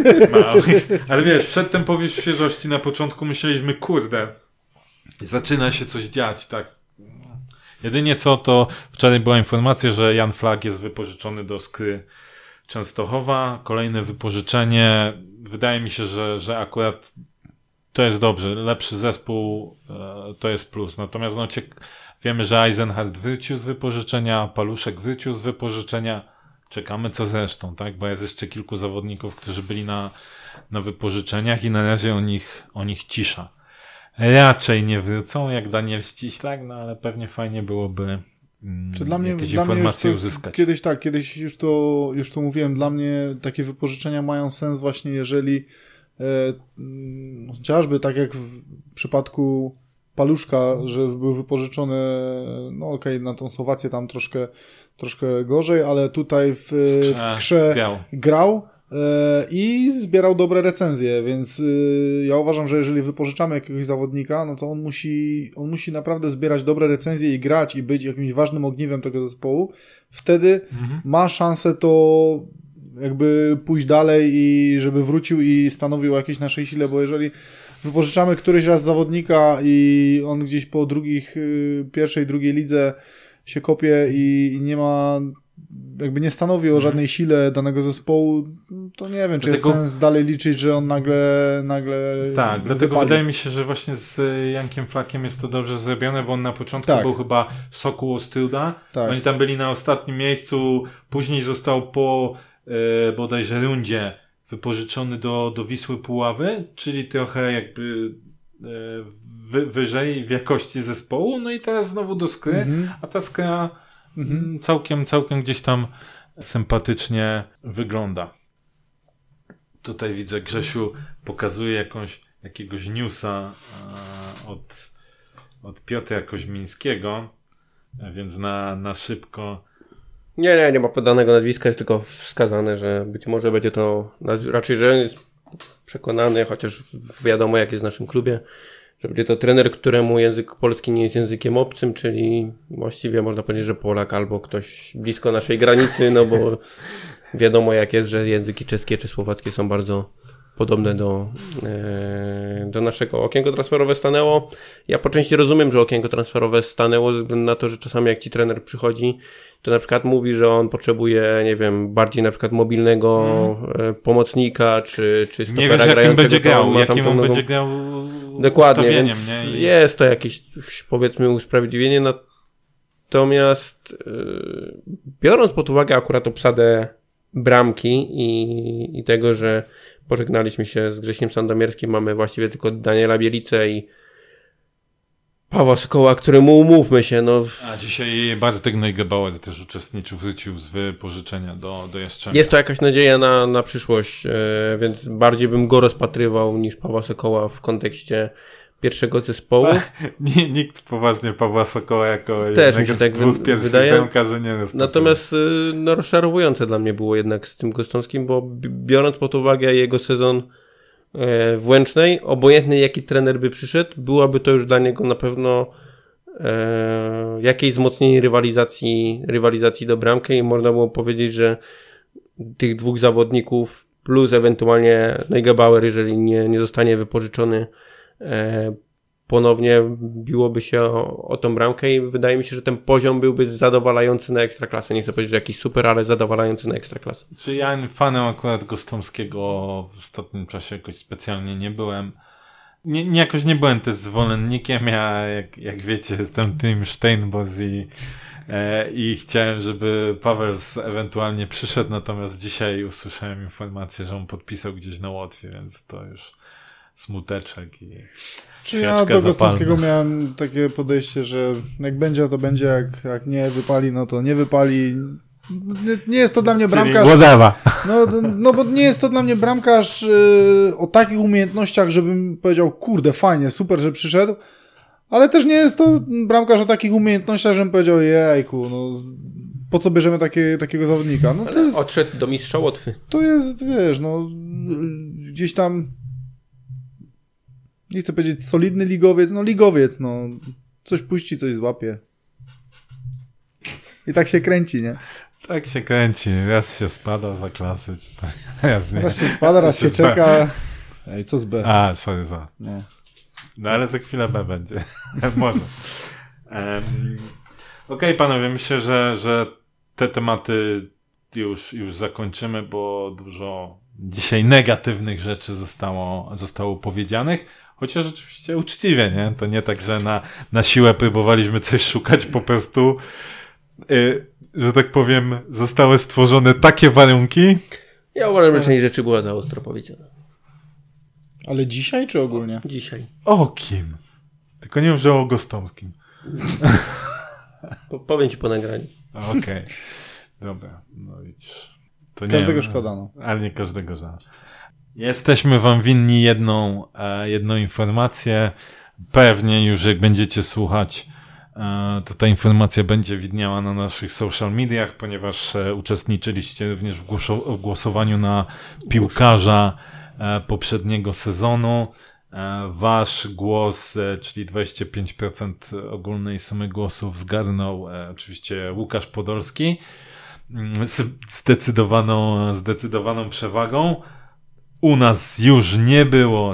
Ale wiesz, wszedł ten powiew świeżości, na początku myśleliśmy, kurde, zaczyna się coś dziać, tak. Jedynie co, to wczoraj była informacja, że Jan Flach jest wypożyczony do Skry Częstochowa, kolejne wypożyczenie. Wydaje mi się, że akurat to jest dobrze. Lepszy zespół to jest plus. Natomiast wiemy, że Eisenhardt wrócił z wypożyczenia, Paluszek wrócił z wypożyczenia. Czekamy co zresztą, tak? Bo jest jeszcze kilku zawodników, którzy byli na wypożyczeniach i na razie o nich cisza. Raczej nie wrócą, jak Daniel Ściślak, no ale pewnie fajnie byłoby jakieś informacje uzyskać. Kiedyś już to mówiłem, dla mnie takie wypożyczenia mają sens właśnie, jeżeli chociażby tak jak w przypadku Paluszka, że był wypożyczony, no okej, na tą Słowację tam troszkę gorzej, ale tutaj w Skrze grał i zbierał dobre recenzje, więc ja uważam, że jeżeli wypożyczamy jakiegoś zawodnika, no to on musi naprawdę zbierać dobre recenzje i grać i być jakimś ważnym ogniwem tego zespołu. Wtedy ma szansę to jakby pójść dalej i żeby wrócił i stanowił o jakiejś naszej sile, bo jeżeli wypożyczamy któryś raz zawodnika i on gdzieś po pierwszej, drugiej lidze się kopie i nie ma, jakby nie stanowi o żadnej sile danego zespołu, to nie wiem, czy jest sens dalej liczyć, że on nagle tak, dlatego wydaje mi się, że właśnie z Jankiem Flakiem jest to dobrze zrobione, bo on na początku był chyba Sokół Ostróda. Tak. Oni tam byli na ostatnim miejscu, później został po bodajże rundzie wypożyczony do Wisły Puławy, czyli trochę jakby wyżej w jakości zespołu, no i teraz znowu do Skry, a ta Skra całkiem gdzieś tam sympatycznie wygląda. Tutaj widzę, Grzesiu pokazuje jakiegoś newsa od Piotra Koźmińskiego, więc na szybko. Nie ma podanego nazwiska, jest tylko wskazane, że być może będzie to, raczej, że jest przekonany, chociaż wiadomo jak jest w naszym klubie, że będzie to trener, któremu język polski nie jest językiem obcym, czyli właściwie można powiedzieć, że Polak albo ktoś blisko naszej granicy, no bo wiadomo jak jest, że języki czeskie czy słowackie są bardzo podobne do naszego. Okienko transferowe stanęło. Ja po części rozumiem, że okienko transferowe stanęło ze względu na to, że czasami jak ci trener przychodzi, to na przykład mówi, że on potrzebuje, nie wiem, bardziej na przykład mobilnego pomocnika, czy stopera. Nie wiesz, jakim będzie grał, jakim on będzie grał dokładnie, więc jest to jakieś, powiedzmy, usprawiedliwienie. Natomiast biorąc pod uwagę akurat obsadę bramki i tego, że pożegnaliśmy się z Grzesiem Sandomierskim, mamy właściwie tylko Daniela Bielicę i Pawła Sokoła, któremu umówmy się, no. A dzisiaj Bartek Neugebauer też wrócił z wypożyczenia do Jastrzębia. Jest to jakaś nadzieja na przyszłość, więc bardziej bym go rozpatrywał niż Pawła Sokoła w kontekście pierwszego zespołu. Nikt poważnie Pawła Sokoła jako też jednego z dwóch pierwszych bramkarzy nie rozpatrywał. Natomiast rozczarowujące dla mnie było jednak z tym Gostomskim, bo biorąc pod uwagę jego sezon w Łęcznej, obojętny jaki trener by przyszedł, byłaby to już dla niego na pewno jakieś wzmocnienie rywalizacji do bramki i można było powiedzieć, że tych dwóch zawodników plus ewentualnie Neugebauer, jeżeli nie zostanie wypożyczony, ponownie biłoby się o tą bramkę i wydaje mi się, że ten poziom byłby zadowalający na Ekstraklasę. Nie chcę powiedzieć, że jakiś super, ale zadowalający na Ekstraklasę. Czy ja fanem akurat Gostomskiego w ostatnim czasie jakoś specjalnie nie byłem. Jakoś nie byłem też zwolennikiem. Ja, jak wiecie, jestem tym Steinboss i chciałem, żeby Pawels ewentualnie przyszedł, natomiast dzisiaj usłyszałem informację, że on podpisał gdzieś na Łotwie, więc to już smuteczek i czy ja do Gostomskiego miałem takie podejście, że jak będzie, to będzie, jak nie wypali, no to nie wypali. Nie jest to dla mnie bramkarz. No bo nie jest to dla mnie bramkarz o takich umiejętnościach, żebym powiedział, kurde, fajnie, super, że przyszedł, ale też nie jest to bramkarz o takich umiejętnościach, żebym powiedział, jejku, no po co bierzemy takiego zawodnika? No, to jest, odszedł do mistrza Łotwy. To jest, wiesz, no gdzieś tam, nie chcę powiedzieć solidny ligowiec, no coś puści, coś złapie. I tak się kręci, nie? Tak się kręci. Raz się spada za klasy, czy tak. Raz się spada, raz się czeka. Ej, co z B? Sorry za. No ale za chwilę B będzie. Może. Okej, panowie, myślę, że te tematy już zakończymy, bo dużo dzisiaj negatywnych rzeczy zostało powiedzianych. Chociaż oczywiście uczciwie, nie? To nie tak, że na siłę próbowaliśmy coś szukać, po prostu że tak powiem, zostały stworzone takie warunki. Ja uważam, że część rzeczy była za ostro powiedziana. Ale dzisiaj czy ogólnie? Dzisiaj. O kim? Tylko nie mów, że o Gostomskim. Powiem ci po nagraniu. Okej. Dobra, no widzisz. To każdego nie, szkoda, no. Ale nie każdego żal. Jesteśmy wam winni jedną informację. Pewnie już jak będziecie słuchać, to ta informacja będzie widniała na naszych social mediach, ponieważ uczestniczyliście również w głosowaniu na piłkarza poprzedniego sezonu. Wasz głos, czyli 25% ogólnej sumy głosów zgarnął oczywiście Łukasz Podolski z zdecydowaną przewagą. U nas już nie było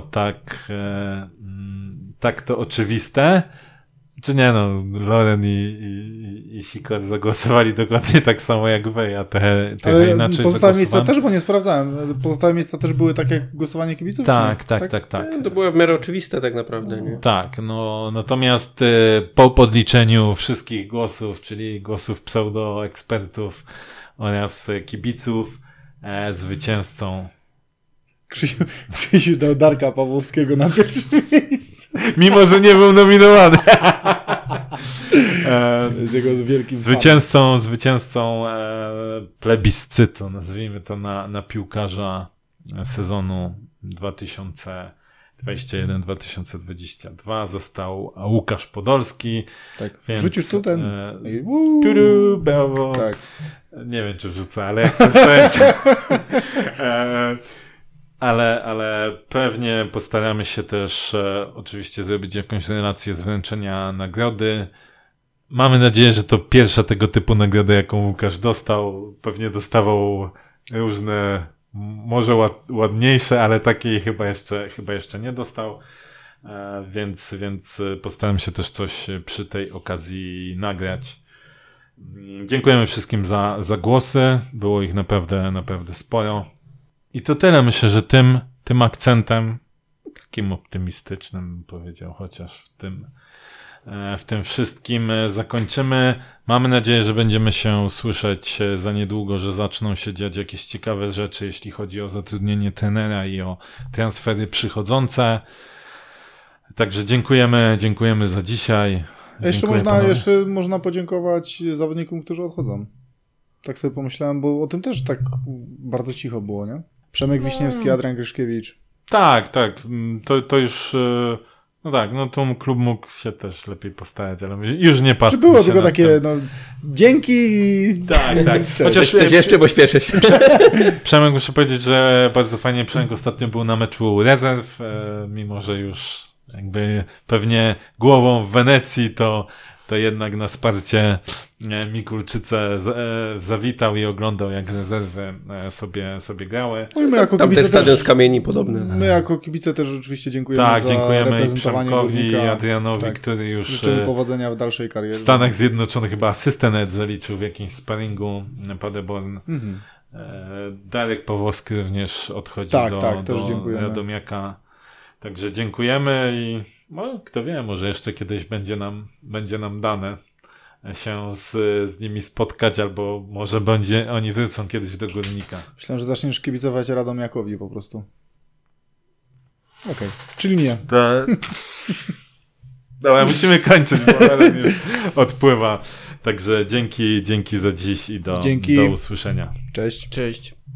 tak to oczywiste. Czy nie, no, Loren i Sikor zagłosowali dokładnie tak samo jak wy, a trochę inaczej pozostałe miejsca też, bo nie sprawdzałem. Pozostałe miejsca też były takie jak głosowanie kibiców? Tak. To było w miarę oczywiste tak naprawdę, nie? Tak, no, natomiast po podliczeniu wszystkich głosów, czyli głosów pseudoekspertów oraz kibiców, zwycięzcą Krzysiu dał Darka Pawłowskiego na pierwsze miejsce. Mimo, że nie był nominowany. Z jego wielkim zwycięzcą plebiscytu, nazwijmy to, na piłkarza sezonu 2021-2022 został Łukasz Podolski. Tak, więc, wrzucił tu ten. Brawo. Tak. Nie wiem, czy wrzucę, ale jak coś to jest. Ale pewnie postaramy się też oczywiście zrobić jakąś relację z wręczenia nagrody. Mamy nadzieję, że to pierwsza tego typu nagroda, jaką Łukasz dostał. Pewnie dostawał różne, może ładniejsze, ale takiej chyba jeszcze nie dostał. Więc postaram się też coś przy tej okazji nagrać. Dziękujemy wszystkim za głosy. Było ich naprawdę sporo. I to tyle. Myślę, że tym akcentem, takim optymistycznym bym powiedział, chociaż w tym wszystkim zakończymy. Mamy nadzieję, że będziemy się słyszeć za niedługo, że zaczną się dziać jakieś ciekawe rzeczy, jeśli chodzi o zatrudnienie trenera i o transfery przychodzące. Także dziękujemy za dzisiaj. Jeszcze można podziękować zawodnikom, którzy odchodzą. Tak sobie pomyślałem, bo o tym też tak bardzo cicho było, nie? Przemek Wiśniewski, Adrian Gryszkiewicz. Tak. To już No tak, no tu klub mógł się też lepiej postarać, ale już nie pasuje. Czy było tylko takie, no, dzięki i... Tak. Chociaż coś jeszcze, bo śpieszę się. Przemek, muszę powiedzieć, że bardzo fajnie Przemek ostatnio był na meczu rezerw, mimo że już jakby pewnie głową w Wenecji, to jednak na wsparcie Mikulczyce zawitał i oglądał, jak rezerwy sobie grały. No i my jako tam kibice ten stadion też, z kamieni podobny. My jako kibice też oczywiście dziękujemy za dziękujemy reprezentowanie Przemkowi i Górnika. Adrianowi, który już życzymy powodzenia w dalszej karierze. w Stanach Zjednoczonych chyba asystent zaliczył w jakimś sparingu Paderborn. Darek Pawłowski również odchodzi do Radomiaka. Także dziękujemy i kto wie, może jeszcze kiedyś będzie nam dane się z nimi spotkać, albo może oni wrócą kiedyś do Górnika. Myślałem, że zaczniesz kibicować Radomiakowi po prostu. Okej, czyli nie. Dobra, musimy kończyć, bo Ellen już odpływa. Także dzięki za dziś i do usłyszenia. Cześć. Cześć.